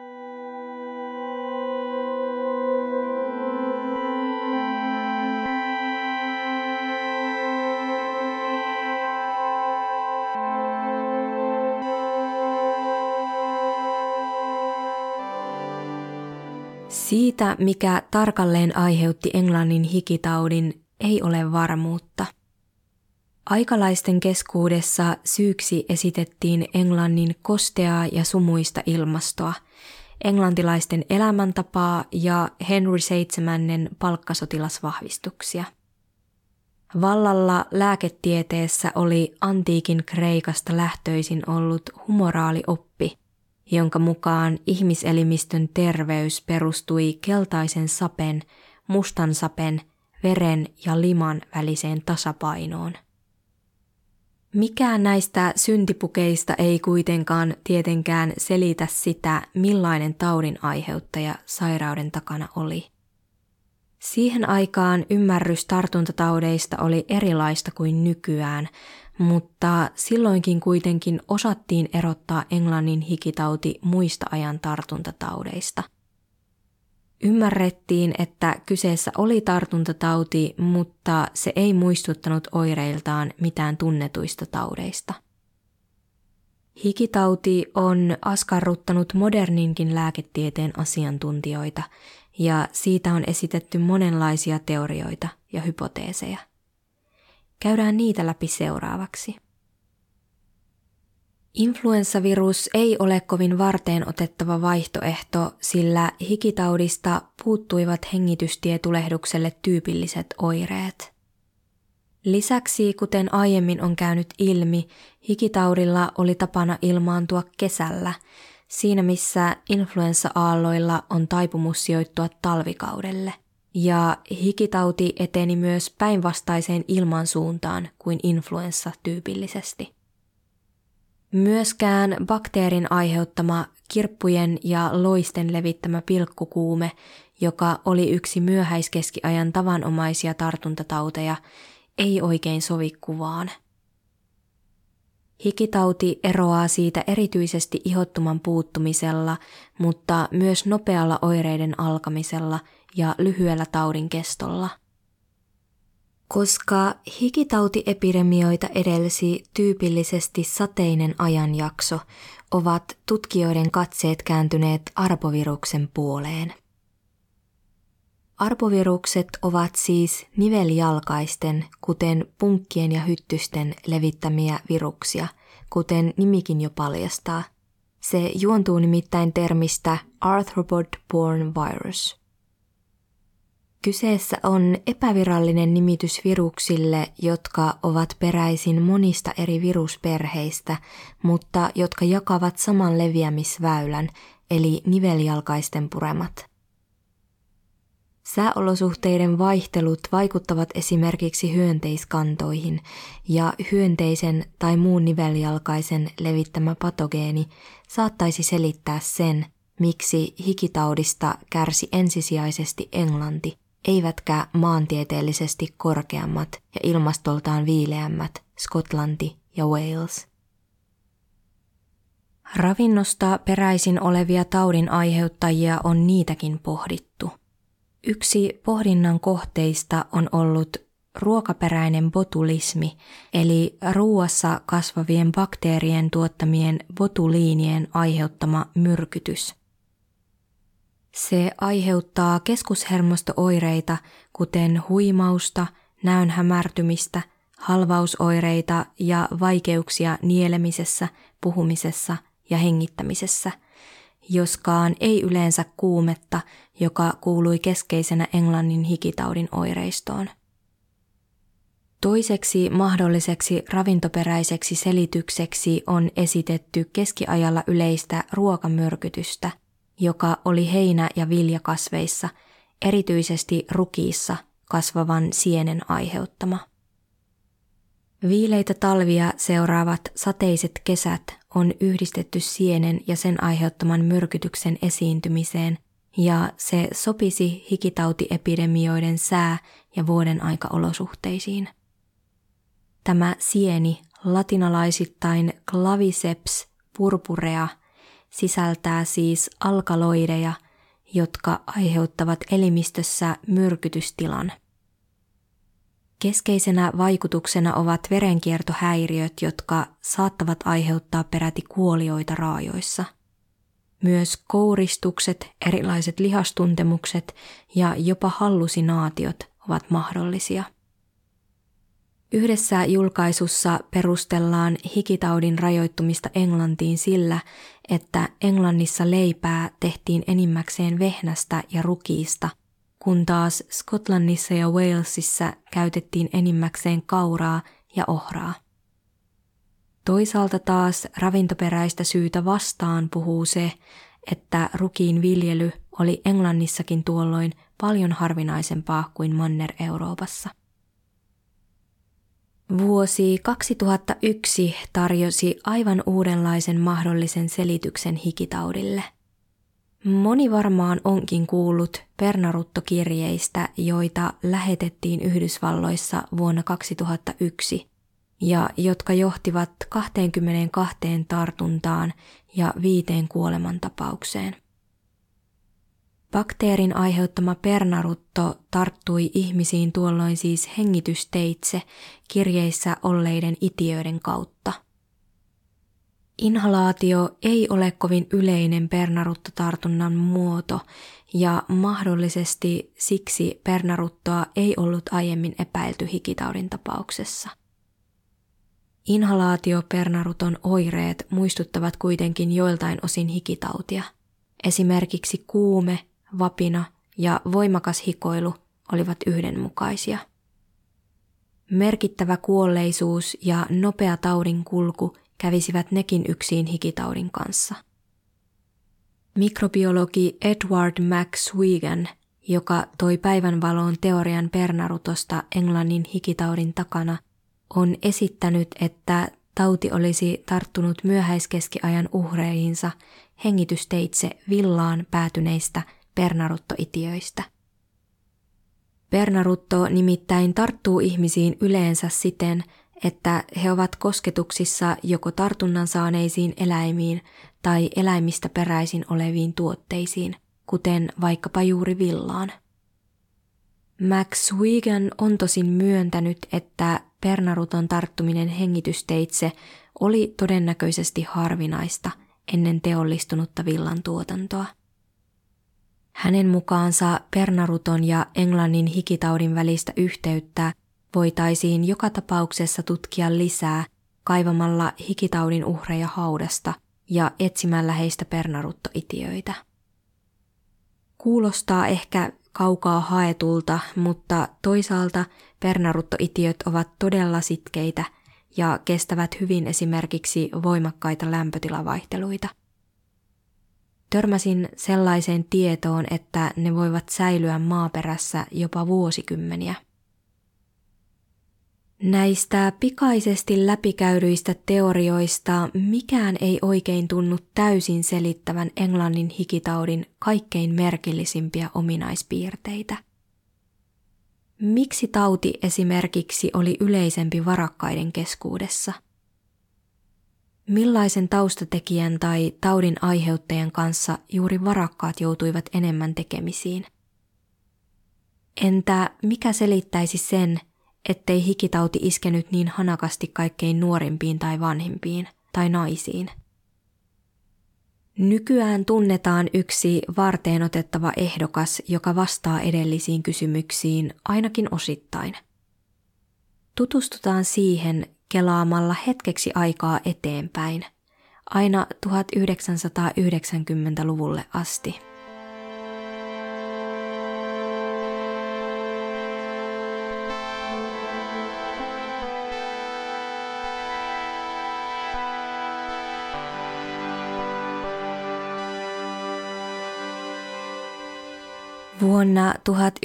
Siitä, mikä tarkalleen aiheutti Englannin hikitaudin, ei ole varmuutta. Aikalaisten keskuudessa syyksi esitettiin Englannin kosteaa ja sumuista ilmastoa, englantilaisten elämäntapaa ja Henry VII palkkasotilasvahvistuksia. Vallalla lääketieteessä oli antiikin Kreikasta lähtöisin ollut humoraalioppi, jonka mukaan ihmiselimistön terveys perustui keltaisen sapen, mustan sapen, veren ja liman väliseen tasapainoon. Mikään näistä syntipukeista ei kuitenkaan tietenkään selitä sitä, millainen taudin aiheuttaja sairauden takana oli. Siihen aikaan ymmärrys tartuntataudeista oli erilaista kuin nykyään, mutta silloinkin kuitenkin osattiin erottaa Englannin hikitauti muista ajan tartuntataudeista. Ymmärrettiin, että kyseessä oli tartuntatauti, mutta se ei muistuttanut oireiltaan mitään tunnetuista taudeista. Hikitauti on askarruttanut moderninkin lääketieteen asiantuntijoita, ja siitä on esitetty monenlaisia teorioita ja hypoteeseja. Käydään niitä läpi seuraavaksi. Influenssavirus ei ole kovin varteen otettava vaihtoehto, sillä hikitaudista puuttuivat hengitystietulehdukselle tyypilliset oireet. Lisäksi, kuten aiemmin on käynyt ilmi, hikitaudilla oli tapana ilmaantua kesällä, siinä missä influenssa-aalloilla on taipumus sijoittua talvikaudelle. Ja hikitauti eteni myös päinvastaiseen ilmansuuntaan kuin influenssa tyypillisesti. Myöskään bakteerin aiheuttama kirppujen ja loisten levittämä pilkkukuume, joka oli yksi myöhäiskeskiajan tavanomaisia tartuntatauteja, ei oikein sovi kuvaan. Hikitauti eroaa siitä erityisesti ihottuman puuttumisella, mutta myös nopealla oireiden alkamisella ja lyhyellä taudin kestolla. Koska hikitautiepidemioita edelsi tyypillisesti sateinen ajanjakso, ovat tutkijoiden katseet kääntyneet arboviruksen puoleen. Arbovirukset ovat siis niveljalkaisten, kuten punkkien ja hyttysten levittämiä viruksia, kuten nimikin jo paljastaa. Se juontuu nimittäin termistä arthropod-borne virus. Kyseessä on epävirallinen nimitys viruksille, jotka ovat peräisin monista eri virusperheistä, mutta jotka jakavat saman leviämisväylän, eli niveljalkaisten puremat. Sääolosuhteiden vaihtelut vaikuttavat esimerkiksi hyönteiskantoihin, ja hyönteisen tai muun niveljalkaisen levittämä patogeeni saattaisi selittää sen, miksi hikitaudista kärsi ensisijaisesti Englanti, eivätkä maantieteellisesti korkeammat ja ilmastoltaan viileämmät Skotlanti ja Wales. Ravinnosta peräisin olevia taudin aiheuttajia on niitäkin pohdittu. Yksi pohdinnan kohteista on ollut ruokaperäinen botulismi, eli ruuassa kasvavien bakteerien tuottamien botuliinien aiheuttama myrkytys. Se aiheuttaa keskushermostooireita, kuten huimausta, näön hämärtymistä, halvausoireita ja vaikeuksia nielemisessä, puhumisessa ja hengittämisessä, joskaan ei yleensä kuumetta, joka kuului keskeisenä Englannin hikitaudin oireistoon. Toiseksi mahdolliseksi ravintoperäiseksi selitykseksi on esitetty keskiajalla yleistä ruokamyrkytystä, joka oli heinä- ja viljakasveissa, erityisesti rukiissa kasvavan sienen aiheuttama. Viileitä talvia seuraavat sateiset kesät on yhdistetty sienen ja sen aiheuttaman myrkytyksen esiintymiseen, ja se sopisi hikitautiepidemioiden sää- ja vuoden aikaolosuhteisiin. Tämä sieni, latinalaisittain Claviceps purpurea, sisältää siis alkaloideja, jotka aiheuttavat elimistössä myrkytystilan. Keskeisenä vaikutuksena ovat verenkiertohäiriöt, jotka saattavat aiheuttaa peräti kuolioita raajoissa. Myös kouristukset, erilaiset lihastuntemukset ja jopa hallusinaatiot ovat mahdollisia. Yhdessä julkaisussa perustellaan hikitaudin rajoittumista Englantiin sillä, että Englannissa leipää tehtiin enimmäkseen vehnästä ja rukiista, kun taas Skotlannissa ja Walesissa käytettiin enimmäkseen kauraa ja ohraa. Toisaalta taas ravintoperäistä syytä vastaan puhuu se, että rukiin viljely oli Englannissakin tuolloin paljon harvinaisempaa kuin Manner-Euroopassa. Vuosi 2001 tarjosi aivan uudenlaisen mahdollisen selityksen hikitaudille. Moni varmaan onkin kuullut Pernarutto-kirjeistä, joita lähetettiin Yhdysvalloissa vuonna 2001 ja jotka johtivat 22 tartuntaan ja 5 kuolemantapaukseen. Bakteerin aiheuttama Pernarutto tarttui ihmisiin tuolloin siis hengitysteitse kirjeissä olleiden itiöiden kautta. Inhalaatio ei ole kovin yleinen Pernarutto-tartunnan muoto ja mahdollisesti siksi Pernaruttoa ei ollut aiemmin epäilty hikitaudin tapauksessa. Inhalaatio-Pernaruton oireet muistuttavat kuitenkin joiltain osin hikitautia. Esimerkiksi kuume, vapina ja voimakas hikoilu olivat yhdenmukaisia. Merkittävä kuolleisuus ja nopea taudin kulku kävisivät nekin yksin hikitaudin kanssa. Mikrobiologi Edward McSweeney, joka toi päivänvaloon teorian Pernarutosta Englannin hikitaudin takana, on esittänyt, että tauti olisi tarttunut myöhäiskeskiajan uhreihinsa hengitysteitse villaan päätyneistä Pernarutto-itiöistä. Pernarutto nimittäin tarttuu ihmisiin yleensä siten, että he ovat kosketuksissa joko tartunnan saaneisiin eläimiin tai eläimistä peräisin oleviin tuotteisiin, kuten vaikkapa juuri villaan. McSweeney on tosin myöntänyt, että Pernaruton tarttuminen hengitysteitse oli todennäköisesti harvinaista ennen teollistunutta villan tuotantoa. Hänen mukaansa pernaruton ja Englannin hikitaudin välistä yhteyttä voitaisiin joka tapauksessa tutkia lisää kaivamalla hikitaudin uhreja haudasta ja etsimällä heistä pernaruttoitiöitä. Kuulostaa ehkä kaukaa haetulta, mutta toisaalta pernaruttoitiöt ovat todella sitkeitä ja kestävät hyvin esimerkiksi voimakkaita lämpötilavaihteluita. Törmäsin sellaiseen tietoon, että ne voivat säilyä maaperässä jopa vuosikymmeniä. Näistä pikaisesti läpikäydyistä teorioista mikään ei oikein tunnu täysin selittävän Englannin hikitaudin kaikkein merkillisimpiä ominaispiirteitä. Miksi tauti esimerkiksi oli yleisempi varakkaiden keskuudessa? Millaisen taustatekijän tai taudin aiheuttajan kanssa juuri varakkaat joutuivat enemmän tekemisiin? Entä mikä selittäisi sen, ettei hikitauti iskenyt niin hanakasti kaikkein nuorimpiin tai vanhimpiin tai naisiin? Nykyään tunnetaan yksi varteenotettava ehdokas, joka vastaa edellisiin kysymyksiin ainakin osittain. Tutustutaan siihen kelaamalla hetkeksi aikaa eteenpäin, aina 1990-luvulle asti. Vuonna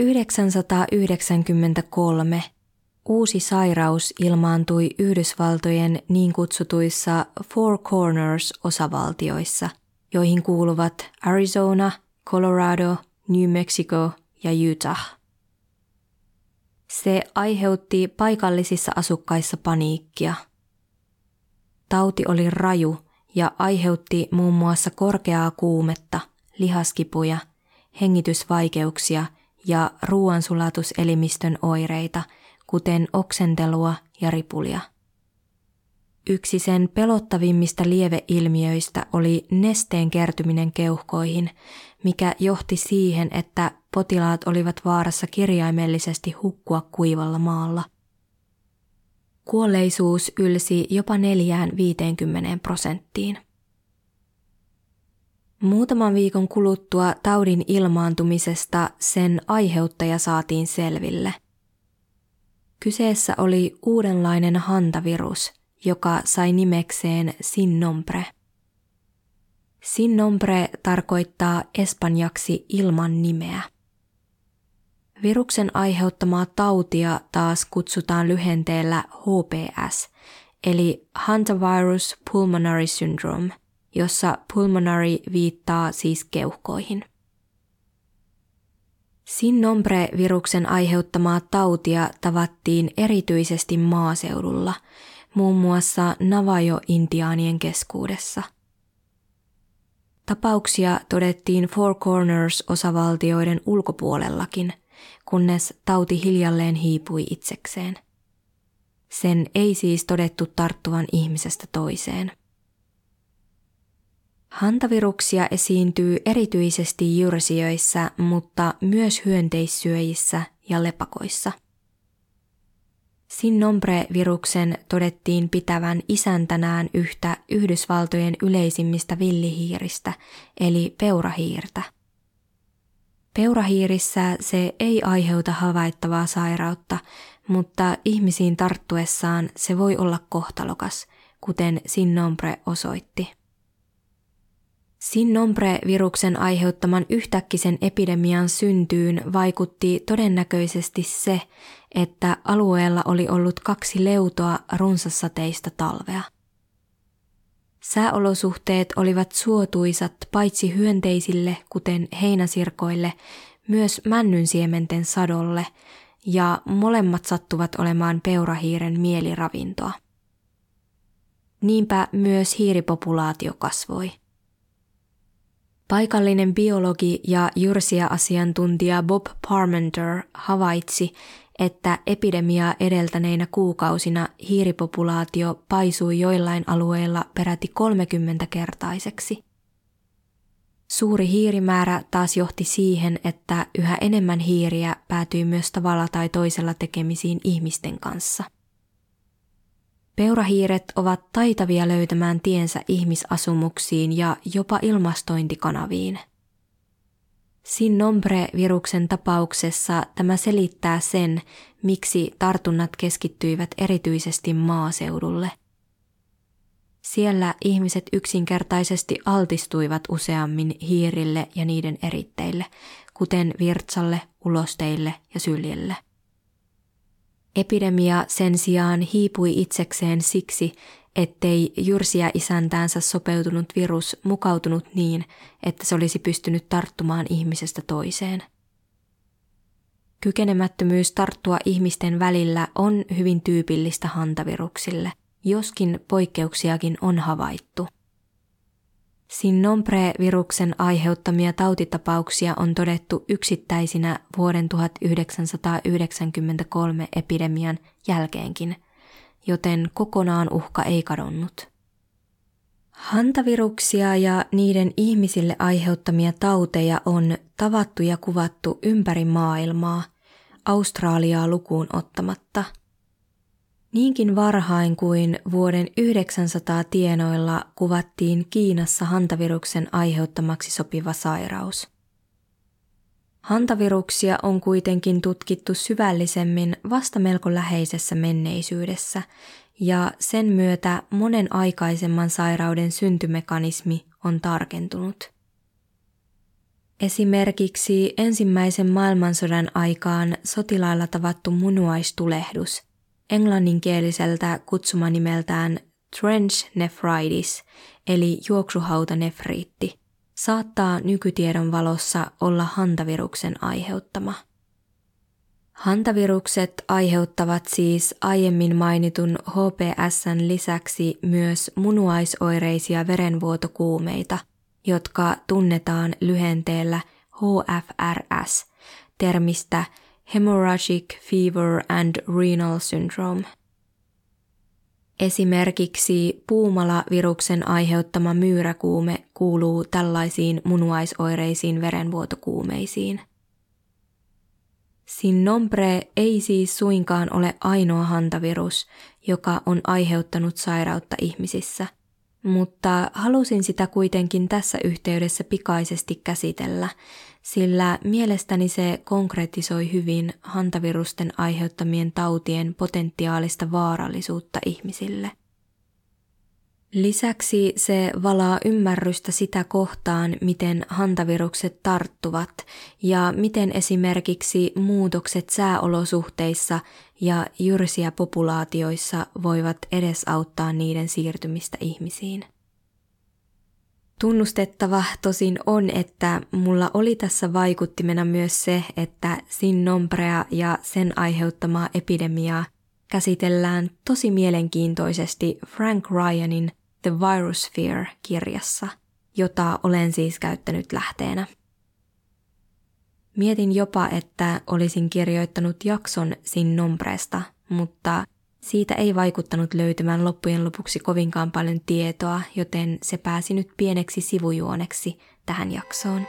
1993 uusi sairaus ilmaantui Yhdysvaltojen niin kutsutuissa Four Corners-osavaltioissa, joihin kuuluvat Arizona, Colorado, New Mexico ja Utah. Se aiheutti paikallisissa asukkaissa paniikkia. Tauti oli raju ja aiheutti muun muassa korkeaa kuumetta, lihaskipuja, hengitysvaikeuksia ja ruoansulatuselimistön oireita, kuten oksentelua ja ripulia. Yksi sen pelottavimmista lieveilmiöistä oli nesteen kertyminen keuhkoihin, mikä johti siihen, että potilaat olivat vaarassa kirjaimellisesti hukkua kuivalla maalla. Kuolleisuus ylsi jopa 4–50%. Muutaman viikon kuluttua taudin ilmaantumisesta sen aiheuttaja saatiin selville. Kyseessä oli uudenlainen hantavirus, joka sai nimekseen sin nombre. Sin nombre tarkoittaa espanjaksi ilman nimeä. Viruksen aiheuttamaa tautia taas kutsutaan lyhenteellä HPS, eli Hantavirus Pulmonary Syndrome, jossa pulmonary viittaa siis keuhkoihin. Sin nombre-viruksen aiheuttamaa tautia tavattiin erityisesti maaseudulla, muun muassa Navajo-intiaanien keskuudessa. Tapauksia todettiin Four Corners-osavaltioiden ulkopuolellakin, kunnes tauti hiljalleen hiipui itsekseen. Sen ei siis todettu tarttuvan ihmisestä toiseen. Hantaviruksia esiintyy erityisesti jyrsijöissä, mutta myös hyönteissyöjissä ja lepakoissa. Sin nombre-viruksen todettiin pitävän isäntänään yhtä Yhdysvaltojen yleisimmistä villihiiristä, eli peurahiirtä. Peurahiirissä se ei aiheuta havaittavaa sairautta, mutta ihmisiin tarttuessaan se voi olla kohtalokas, kuten Sin nombre osoitti. Sin nombre-viruksen aiheuttaman yhtäkkisen epidemian syntyyn vaikutti todennäköisesti se, että alueella oli ollut 2 leutoa runsassateista talvea. Sääolosuhteet olivat suotuisat paitsi hyönteisille, kuten heinäsirkoille, myös männynsiementen sadolle, ja molemmat sattuvat olemaan peurahiiren mieliravintoa. Niinpä myös hiiripopulaatio kasvoi. Paikallinen biologi ja jyrsiä-asiantuntija Bob Parmenter havaitsi, että epidemiaa edeltäneinä kuukausina hiiripopulaatio paisui joillain alueilla peräti 30-kertaiseksi. Suuri hiirimäärä taas johti siihen, että yhä enemmän hiiriä päätyi myös tavalla tai toisella tekemisiin ihmisten kanssa. Peurahiiret ovat taitavia löytämään tiensä ihmisasumuksiin ja jopa ilmastointikanaviin. Sin nombre-viruksen tapauksessa tämä selittää sen, miksi tartunnat keskittyivät erityisesti maaseudulle. Siellä ihmiset yksinkertaisesti altistuivat useammin hiirille ja niiden eritteille, kuten virtsalle, ulosteille ja syljelle. Epidemia sen sijaan hiipui itsekseen siksi, ettei jyrsiä isäntäänsä sopeutunut virus mukautunut niin, että se olisi pystynyt tarttumaan ihmisestä toiseen. Kykenemättömyys tarttua ihmisten välillä on hyvin tyypillistä hantaviruksille, joskin poikkeuksiakin on havaittu. Sin nombre-viruksen aiheuttamia tautitapauksia on todettu yksittäisinä vuoden 1993 epidemian jälkeenkin, joten kokonaan uhka ei kadonnut. Hantaviruksia ja niiden ihmisille aiheuttamia tauteja on tavattu ja kuvattu ympäri maailmaa, Australiaa lukuun ottamatta. Niinkin varhain kuin vuoden 900 tienoilla kuvattiin Kiinassa hantaviruksen aiheuttamaksi sopiva sairaus. Hantaviruksia on kuitenkin tutkittu syvällisemmin vasta melko läheisessä menneisyydessä, ja sen myötä monen aikaisemman sairauden syntymekanismi on tarkentunut. Esimerkiksi ensimmäisen maailmansodan aikaan sotilailla tavattu munuaistulehdus, englanninkieliseltä kutsumanimeltään trench nephritis eli juoksuhautanefriitti, saattaa nykytiedon valossa olla hantaviruksen aiheuttama. Hantavirukset aiheuttavat siis aiemmin mainitun HPS:n lisäksi myös munuaisoireisia verenvuotokuumeita, jotka tunnetaan lyhenteellä HFRS, termistä Hemorrhagic Fever and Renal Syndrome. Esimerkiksi Puumala-viruksen aiheuttama myyräkuume kuuluu tällaisiin munuaisoireisiin verenvuotokuumeisiin. Sin nombre ei siis suinkaan ole ainoa hantavirus, joka on aiheuttanut sairautta ihmisissä, mutta halusin sitä kuitenkin tässä yhteydessä pikaisesti käsitellä, sillä mielestäni se konkretisoi hyvin hantavirusten aiheuttamien tautien potentiaalista vaarallisuutta ihmisille. Lisäksi se valaa ymmärrystä sitä kohtaan, miten hantavirukset tarttuvat ja miten esimerkiksi muutokset sääolosuhteissa ja jyrsiä-populaatioissa voivat edesauttaa niiden siirtymistä ihmisiin. Tunnustettava tosin on, että mulla oli tässä vaikuttimena myös se, että sin nombrea ja sen aiheuttamaa epidemiaa käsitellään tosi mielenkiintoisesti Frank Ryanin The Virusphere-kirjassa, jota olen siis käyttänyt lähteenä. Mietin jopa, että olisin kirjoittanut jakson sin nombresta, mutta siitä ei vaikuttanut löytymään loppujen lopuksi kovinkaan paljon tietoa, joten se pääsi nyt pieneksi sivujuoneksi tähän jaksoon.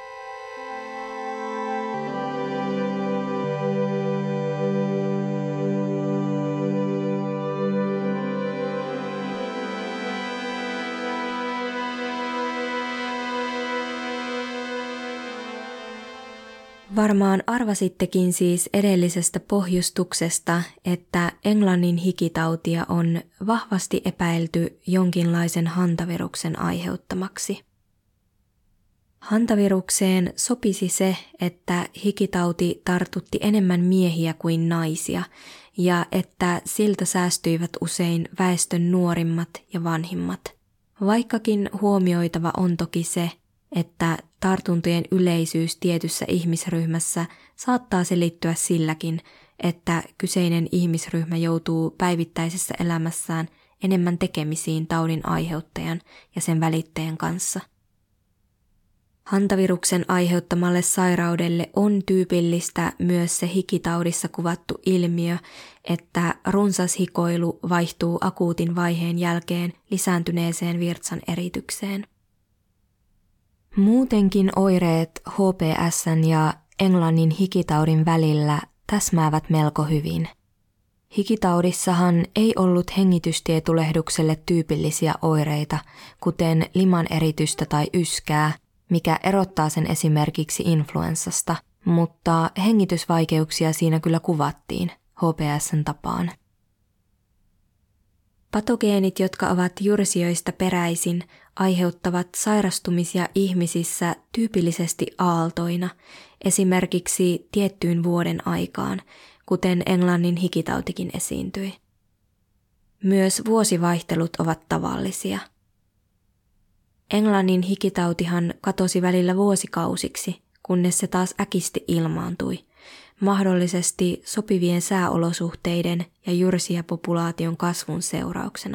Varmaan arvasittekin siis edellisestä pohjustuksesta, että Englannin hikitautia on vahvasti epäilty jonkinlaisen hantaviruksen aiheuttamaksi. Hantavirukseen sopisi se, että hikitauti tartutti enemmän miehiä kuin naisia ja että siltä säästyivät usein väestön nuorimmat ja vanhimmat. Vaikkakin huomioitava on toki se, että tartuntojen yleisyys tietyssä ihmisryhmässä saattaa selittyä silläkin, että kyseinen ihmisryhmä joutuu päivittäisessä elämässään enemmän tekemisiin taudin aiheuttajan ja sen välittäjän kanssa. Hantaviruksen aiheuttamalle sairaudelle on tyypillistä myös se hikitaudissa kuvattu ilmiö, että runsas hikoilu vaihtuu akuutin vaiheen jälkeen lisääntyneeseen virtsan eritykseen. Muutenkin oireet HPS:n ja Englannin hikitaudin välillä täsmäävät melko hyvin. Hikitaudissahan ei ollut hengitystietulehdukselle tyypillisiä oireita, kuten limaneritystä tai yskää, mikä erottaa sen esimerkiksi influenssasta, mutta hengitysvaikeuksia siinä kyllä kuvattiin HPS:n tapaan. Patogeenit, jotka ovat jyrsijöistä peräisin, aiheuttavat sairastumisia ihmisissä tyypillisesti aaltoina, esimerkiksi tiettyyn vuoden aikaan, kuten Englannin hikitautikin esiintyi. Myös vuosivaihtelut ovat tavallisia. Englannin hikitautihan katosi välillä vuosikausiksi, kunnes se taas äkisti ilmaantui, mahdollisesti sopivien sääolosuhteiden ja jyrsijäpopulaation kasvun seurauksena.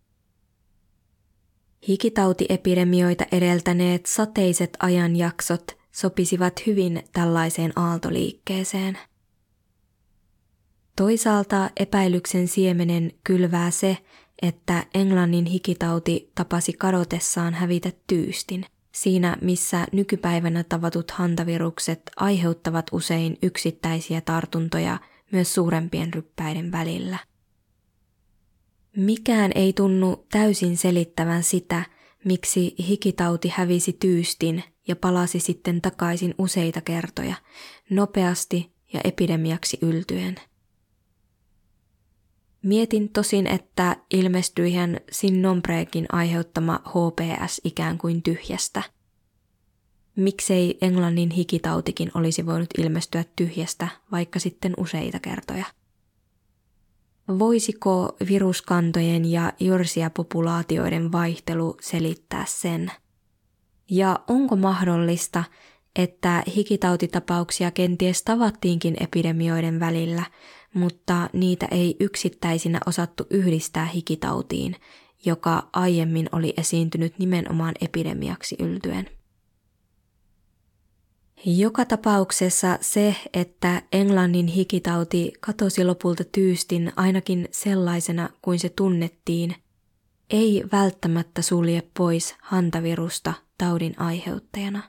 Hikitautiepidemioita edeltäneet sateiset ajanjaksot sopisivat hyvin tällaiseen aaltoliikkeeseen. Toisaalta epäilyksen siemenen kylvää se, että Englannin hikitauti tapasi kadotessaan hävitä tyystin, siinä missä nykypäivänä tavatut hantavirukset aiheuttavat usein yksittäisiä tartuntoja myös suurempien ryppäiden välillä. Mikään ei tunnu täysin selittävän sitä, miksi hikitauti hävisi tyystin ja palasi sitten takaisin useita kertoja, nopeasti ja epidemiaksi yltyen. Mietin tosin, että ilmestyihän sin nombreekin aiheuttama HPS ikään kuin tyhjästä. Miksei Englannin hikitautikin olisi voinut ilmestyä tyhjästä vaikka sitten useita kertoja? Voisiko viruskantojen ja jyrsijäpopulaatioiden vaihtelu selittää sen? Ja onko mahdollista, että hikitautitapauksia kenties tavattiinkin epidemioiden välillä, mutta niitä ei yksittäisinä osattu yhdistää hikitautiin, joka aiemmin oli esiintynyt nimenomaan epidemiaksi yltyen? Joka tapauksessa se, että Englannin hikitauti katosi lopulta tyystin ainakin sellaisena kuin se tunnettiin, ei välttämättä sulje pois hantavirusta taudin aiheuttajana.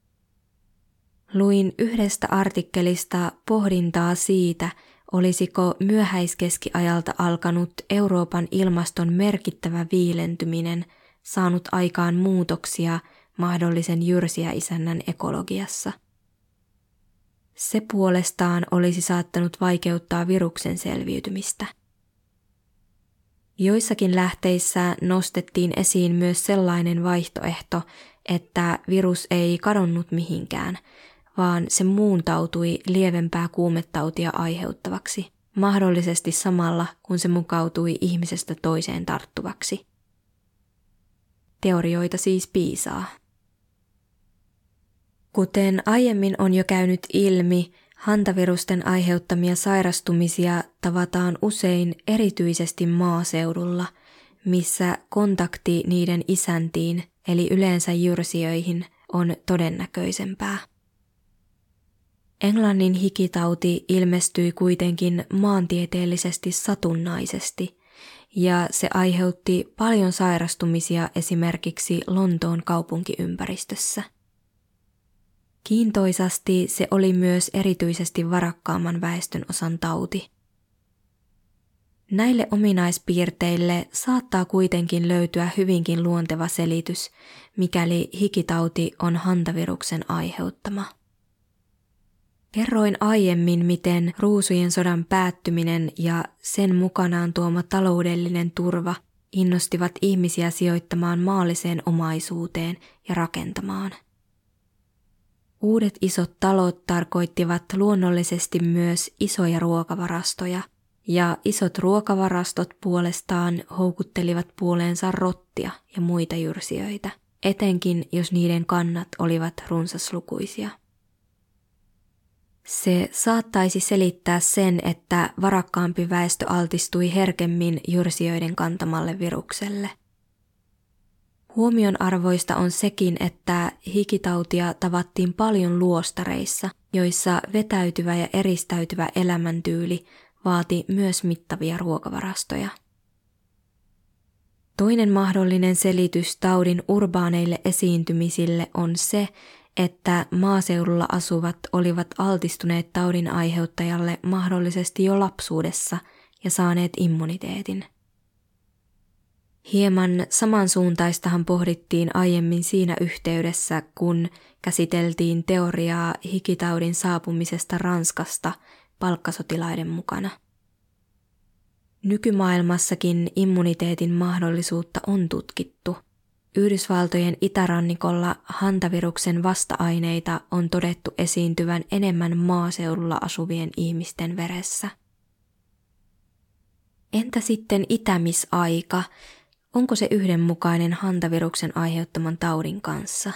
Luin yhdestä artikkelista pohdintaa siitä, olisiko myöhäiskeskiajalta alkanut Euroopan ilmaston merkittävä viilentyminen saanut aikaan muutoksia mahdollisen jyrsijäisännän ekologiassa. Se puolestaan olisi saattanut vaikeuttaa viruksen selviytymistä. Joissakin lähteissä nostettiin esiin myös sellainen vaihtoehto, että virus ei kadonnut mihinkään, vaan se muuntautui lievempää kuumetautia aiheuttavaksi, mahdollisesti samalla kun se mukautui ihmisestä toiseen tarttuvaksi. Teorioita siis piisaa. Kuten aiemmin on jo käynyt ilmi, hantavirusten aiheuttamia sairastumisia tavataan usein erityisesti maaseudulla, missä kontakti niiden isäntiin eli yleensä jyrsijöihin on todennäköisempää. Englannin hikitauti ilmestyi kuitenkin maantieteellisesti satunnaisesti ja se aiheutti paljon sairastumisia esimerkiksi Lontoon kaupunkiympäristössä. Kiintoisasti se oli myös erityisesti varakkaamman väestönosan tauti. Näille ominaispiirteille saattaa kuitenkin löytyä hyvinkin luonteva selitys, mikäli hikitauti on hantaviruksen aiheuttama. Kerroin aiemmin, miten ruusujen sodan päättyminen ja sen mukanaan tuoma taloudellinen turva innostivat ihmisiä sijoittamaan maalliseen omaisuuteen ja rakentamaan. Uudet isot talot tarkoittivat luonnollisesti myös isoja ruokavarastoja, ja isot ruokavarastot puolestaan houkuttelivat puoleensa rottia ja muita jyrsijöitä, etenkin jos niiden kannat olivat runsaslukuisia. Se saattaisi selittää sen, että varakkaampi väestö altistui herkemmin jyrsijöiden kantamalle virukselle. Huomionarvoista on sekin, että hikitautia tavattiin paljon luostareissa, joissa vetäytyvä ja eristäytyvä elämäntyyli vaati myös mittavia ruokavarastoja. Toinen mahdollinen selitys taudin urbaaneille esiintymisille on se, että maaseudulla asuvat olivat altistuneet taudin aiheuttajalle mahdollisesti jo lapsuudessa ja saaneet immuniteetin. Hieman samansuuntaistahan pohdittiin aiemmin siinä yhteydessä, kun käsiteltiin teoriaa hikitaudin saapumisesta Ranskasta palkkasotilaiden mukana. Nykymaailmassakin immuniteetin mahdollisuutta on tutkittu. Yhdysvaltojen itärannikolla hantaviruksen vasta-aineita on todettu esiintyvän enemmän maaseudulla asuvien ihmisten veressä. Entä sitten itämisaika? Onko se yhdenmukainen hantaviruksen aiheuttaman taudin kanssa?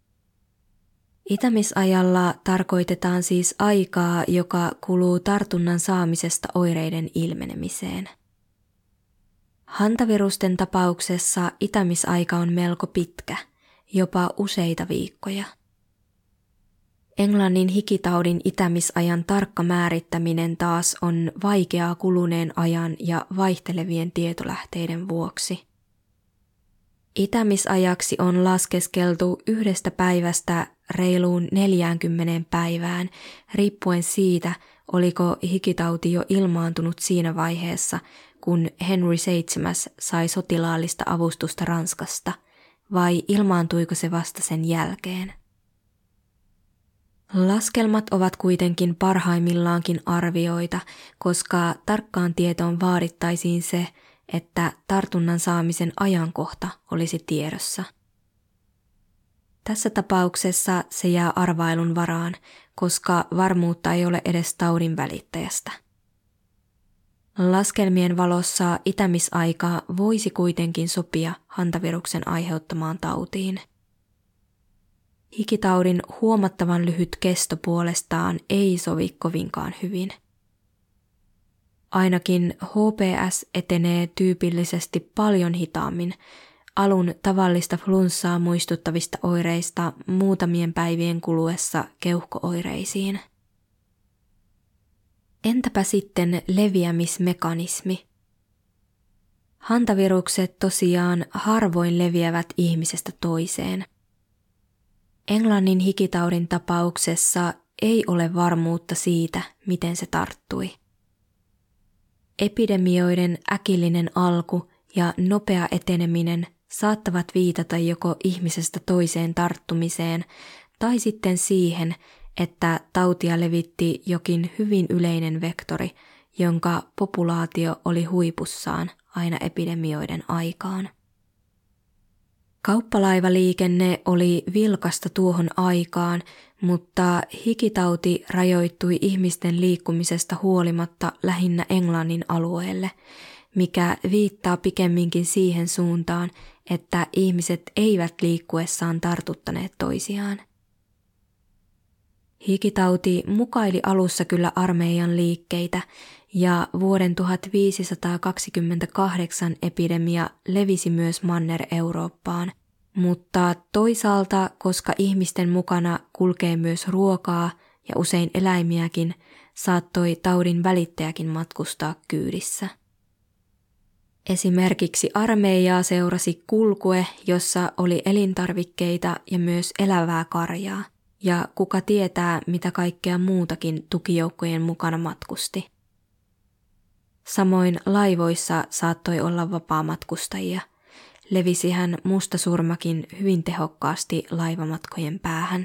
Itämisajalla tarkoitetaan siis aikaa, joka kuluu tartunnan saamisesta oireiden ilmenemiseen. Hantavirusten tapauksessa itämisaika on melko pitkä, jopa useita viikkoja. Englannin hikitaudin itämisajan tarkka määrittäminen taas on vaikeaa kuluneen ajan ja vaihtelevien tietolähteiden vuoksi. Itämisajaksi on laskeskeltu 1 päivästä reiluun 40 päivään, riippuen siitä, oliko hikitauti jo ilmaantunut siinä vaiheessa, kun Henry VII sai sotilaallista avustusta Ranskasta, vai ilmaantuiko se vasta sen jälkeen. Laskelmat ovat kuitenkin parhaimmillaankin arvioita, koska tarkkaan tietoon vaadittaisiin se, että tartunnan saamisen ajankohta olisi tiedossa. Tässä tapauksessa se jää arvailun varaan, koska varmuutta ei ole edes taudin välittäjästä. Laskelmien valossa itämisaika voisi kuitenkin sopia hantaviruksen aiheuttamaan tautiin. Hikitaudin huomattavan lyhyt kesto puolestaan ei sovi kovinkaan hyvin. Ainakin HPS etenee tyypillisesti paljon hitaammin alun tavallista flunssaa muistuttavista oireista muutamien päivien kuluessa keuhko-oireisiin. Entäpä sitten leviämismekanismi? Hantavirukset tosiaan harvoin leviävät ihmisestä toiseen. Englannin hikitaudin tapauksessa ei ole varmuutta siitä, miten se tarttui. Epidemioiden äkillinen alku ja nopea eteneminen saattavat viitata joko ihmisestä toiseen tarttumiseen tai sitten siihen, että tautia levitti jokin hyvin yleinen vektori, jonka populaatio oli huipussaan aina epidemioiden aikaan. Kauppalaivaliikenne oli vilkasta tuohon aikaan, mutta hikitauti rajoittui ihmisten liikkumisesta huolimatta lähinnä Englannin alueelle, mikä viittaa pikemminkin siihen suuntaan, että ihmiset eivät liikkuessaan tartuttaneet toisiaan. Hikitauti mukaili alussa kyllä armeijan liikkeitä ja vuoden 1528 epidemia levisi myös Manner-Eurooppaan, mutta toisaalta, koska ihmisten mukana kulkee myös ruokaa ja usein eläimiäkin, saattoi taudin välittäjäkin matkustaa kyydissä. Esimerkiksi armeijaa seurasi kulkue, jossa oli elintarvikkeita ja myös elävää karjaa, ja kuka tietää, mitä kaikkea muutakin tukijoukkojen mukana matkusti. Samoin laivoissa saattoi olla vapaamatkustajia. Levisihän mustasurmakin hyvin tehokkaasti laivamatkojen päähän.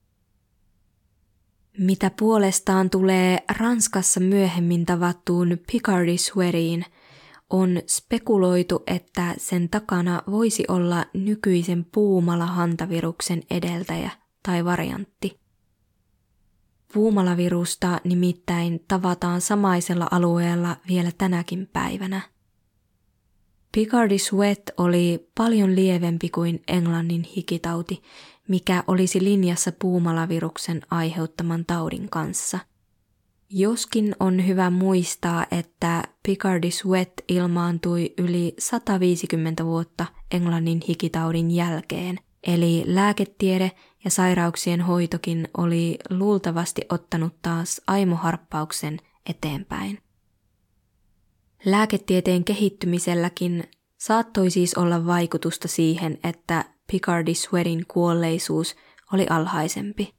Mitä puolestaan tulee Ranskassa myöhemmin tavattuun Picardy sweatiin, on spekuloitu, että sen takana voisi olla nykyisen puumala-hantaviruksen edeltäjä tai variantti. Puumalavirusta nimittäin tavataan samaisella alueella vielä tänäkin päivänä. Picardy sweat oli paljon lievempi kuin Englannin hikitauti, mikä olisi linjassa puumalaviruksen aiheuttaman taudin kanssa. Joskin on hyvä muistaa, että Picardy sweat ilmaantui yli 150 vuotta Englannin hikitaudin jälkeen, eli lääketiede ja sairauksien hoitokin oli luultavasti ottanut taas aimoharppauksen eteenpäin. Lääketieteen kehittymiselläkin Saattoi siis olla vaikutusta siihen, että Picardy Sweatin kuolleisuus oli alhaisempi.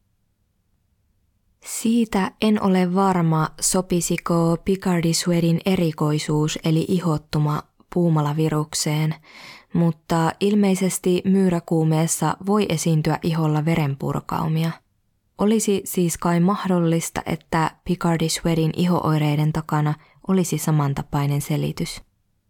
Siitä en ole varma, sopisiko Picardy Sweatin erikoisuus eli ihottuma puumalavirukseen, mutta ilmeisesti myyräkuumeessa voi esiintyä iholla verenpurkaumia. Olisi siis kai mahdollista, että Picardy Sweatin ihooireiden takana olisi samantapainen selitys.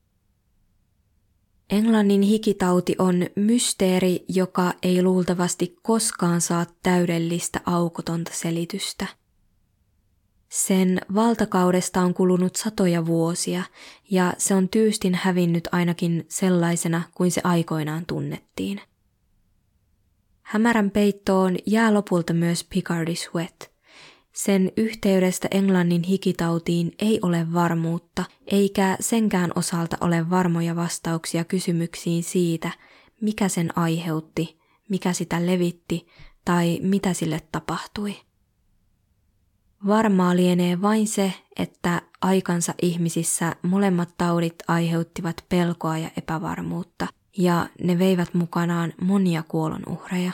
Englannin hikitauti on mysteeri, joka ei luultavasti koskaan saa täydellistä aukotonta selitystä. Sen valtakaudesta on kulunut satoja vuosia ja se on tyystin hävinnyt ainakin sellaisena kuin se aikoinaan tunnettiin. Hämärän peittoon jää lopulta myös Picardy Sweat. Sen yhteydestä Englannin hikitautiin ei ole varmuutta, eikä senkään osalta ole varmoja vastauksia kysymyksiin siitä, mikä sen aiheutti, mikä sitä levitti tai mitä sille tapahtui. Varmaa lienee vain se, että aikansa ihmisissä molemmat taudit aiheuttivat pelkoa ja epävarmuutta, ja ne veivät mukanaan monia kuolonuhreja.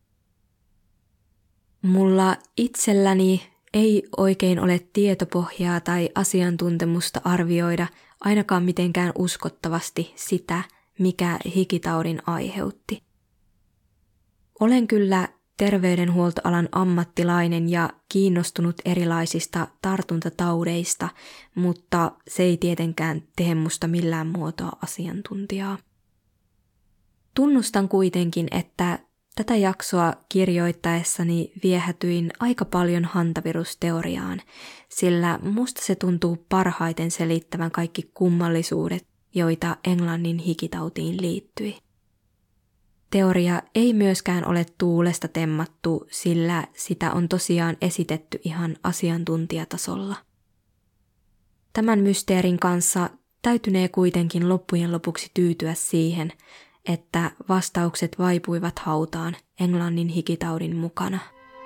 Mulla itselläni ei oikein ole tietopohjaa tai asiantuntemusta arvioida ainakaan mitenkään uskottavasti sitä, mikä hikitaudin aiheutti. Olen kyllä terveydenhuoltoalan ammattilainen ja kiinnostunut erilaisista tartuntataudeista, mutta se ei tietenkään tee musta millään muotoa asiantuntijaa. Tunnustan kuitenkin, että tätä jaksoa kirjoittaessani viehätyin aika paljon hantavirusteoriaan, sillä musta se tuntuu parhaiten selittävän kaikki kummallisuudet, joita Englannin hikitautiin liittyi. Teoria ei myöskään ole tuulesta temmattu, sillä sitä on tosiaan esitetty ihan asiantuntijatasolla. Tämän mysteerin kanssa täytynee kuitenkin loppujen lopuksi tyytyä siihen, että vastaukset vaipuivat hautaan Englannin hikitaudin mukana.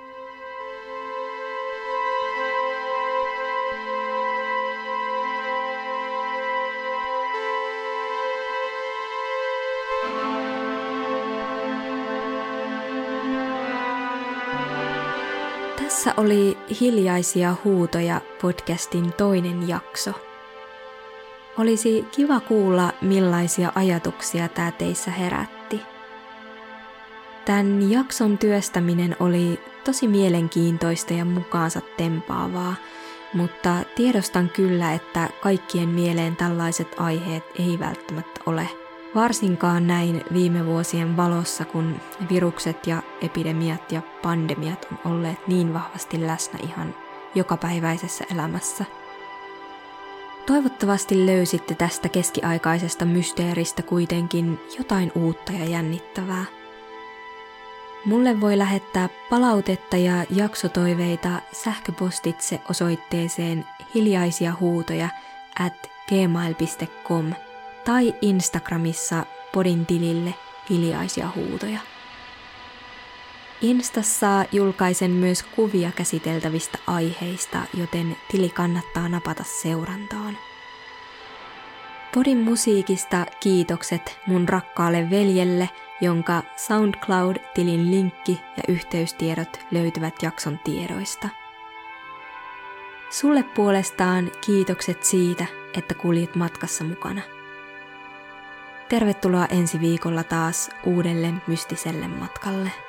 Tässä oli Hiljaisia huutoja podcastin toinen jakso. Olisi kiva kuulla, millaisia ajatuksia tämä teissä herätti. Tämän jakson työstäminen oli tosi mielenkiintoista ja mukaansa tempaavaa, mutta tiedostan kyllä, että kaikkien mieleen tällaiset aiheet ei välttämättä ole. Varsinkaan näin viime vuosien valossa, kun virukset ja epidemiat ja pandemiat on olleet niin vahvasti läsnä ihan jokapäiväisessä elämässä. Toivottavasti löysitte tästä keskiaikaisesta mysteeristä kuitenkin jotain uutta ja jännittävää. Mulle voi lähettää palautetta ja jaksotoiveita sähköpostitse osoitteeseen hiljaisiahuutoja@gmail.com tai Instagramissa podin tilille Hiljaisia huutoja. Instassa julkaisen myös kuvia käsiteltävistä aiheista, joten tili kannattaa napata seurantaan. Podin musiikista kiitokset mun rakkaalle veljelle, jonka SoundCloud-tilin linkki ja yhteystiedot löytyvät jakson tiedoista. Sulle puolestaan kiitokset siitä, että kuljit matkassa mukana. Tervetuloa ensi viikolla taas uudelle mystiselle matkalle.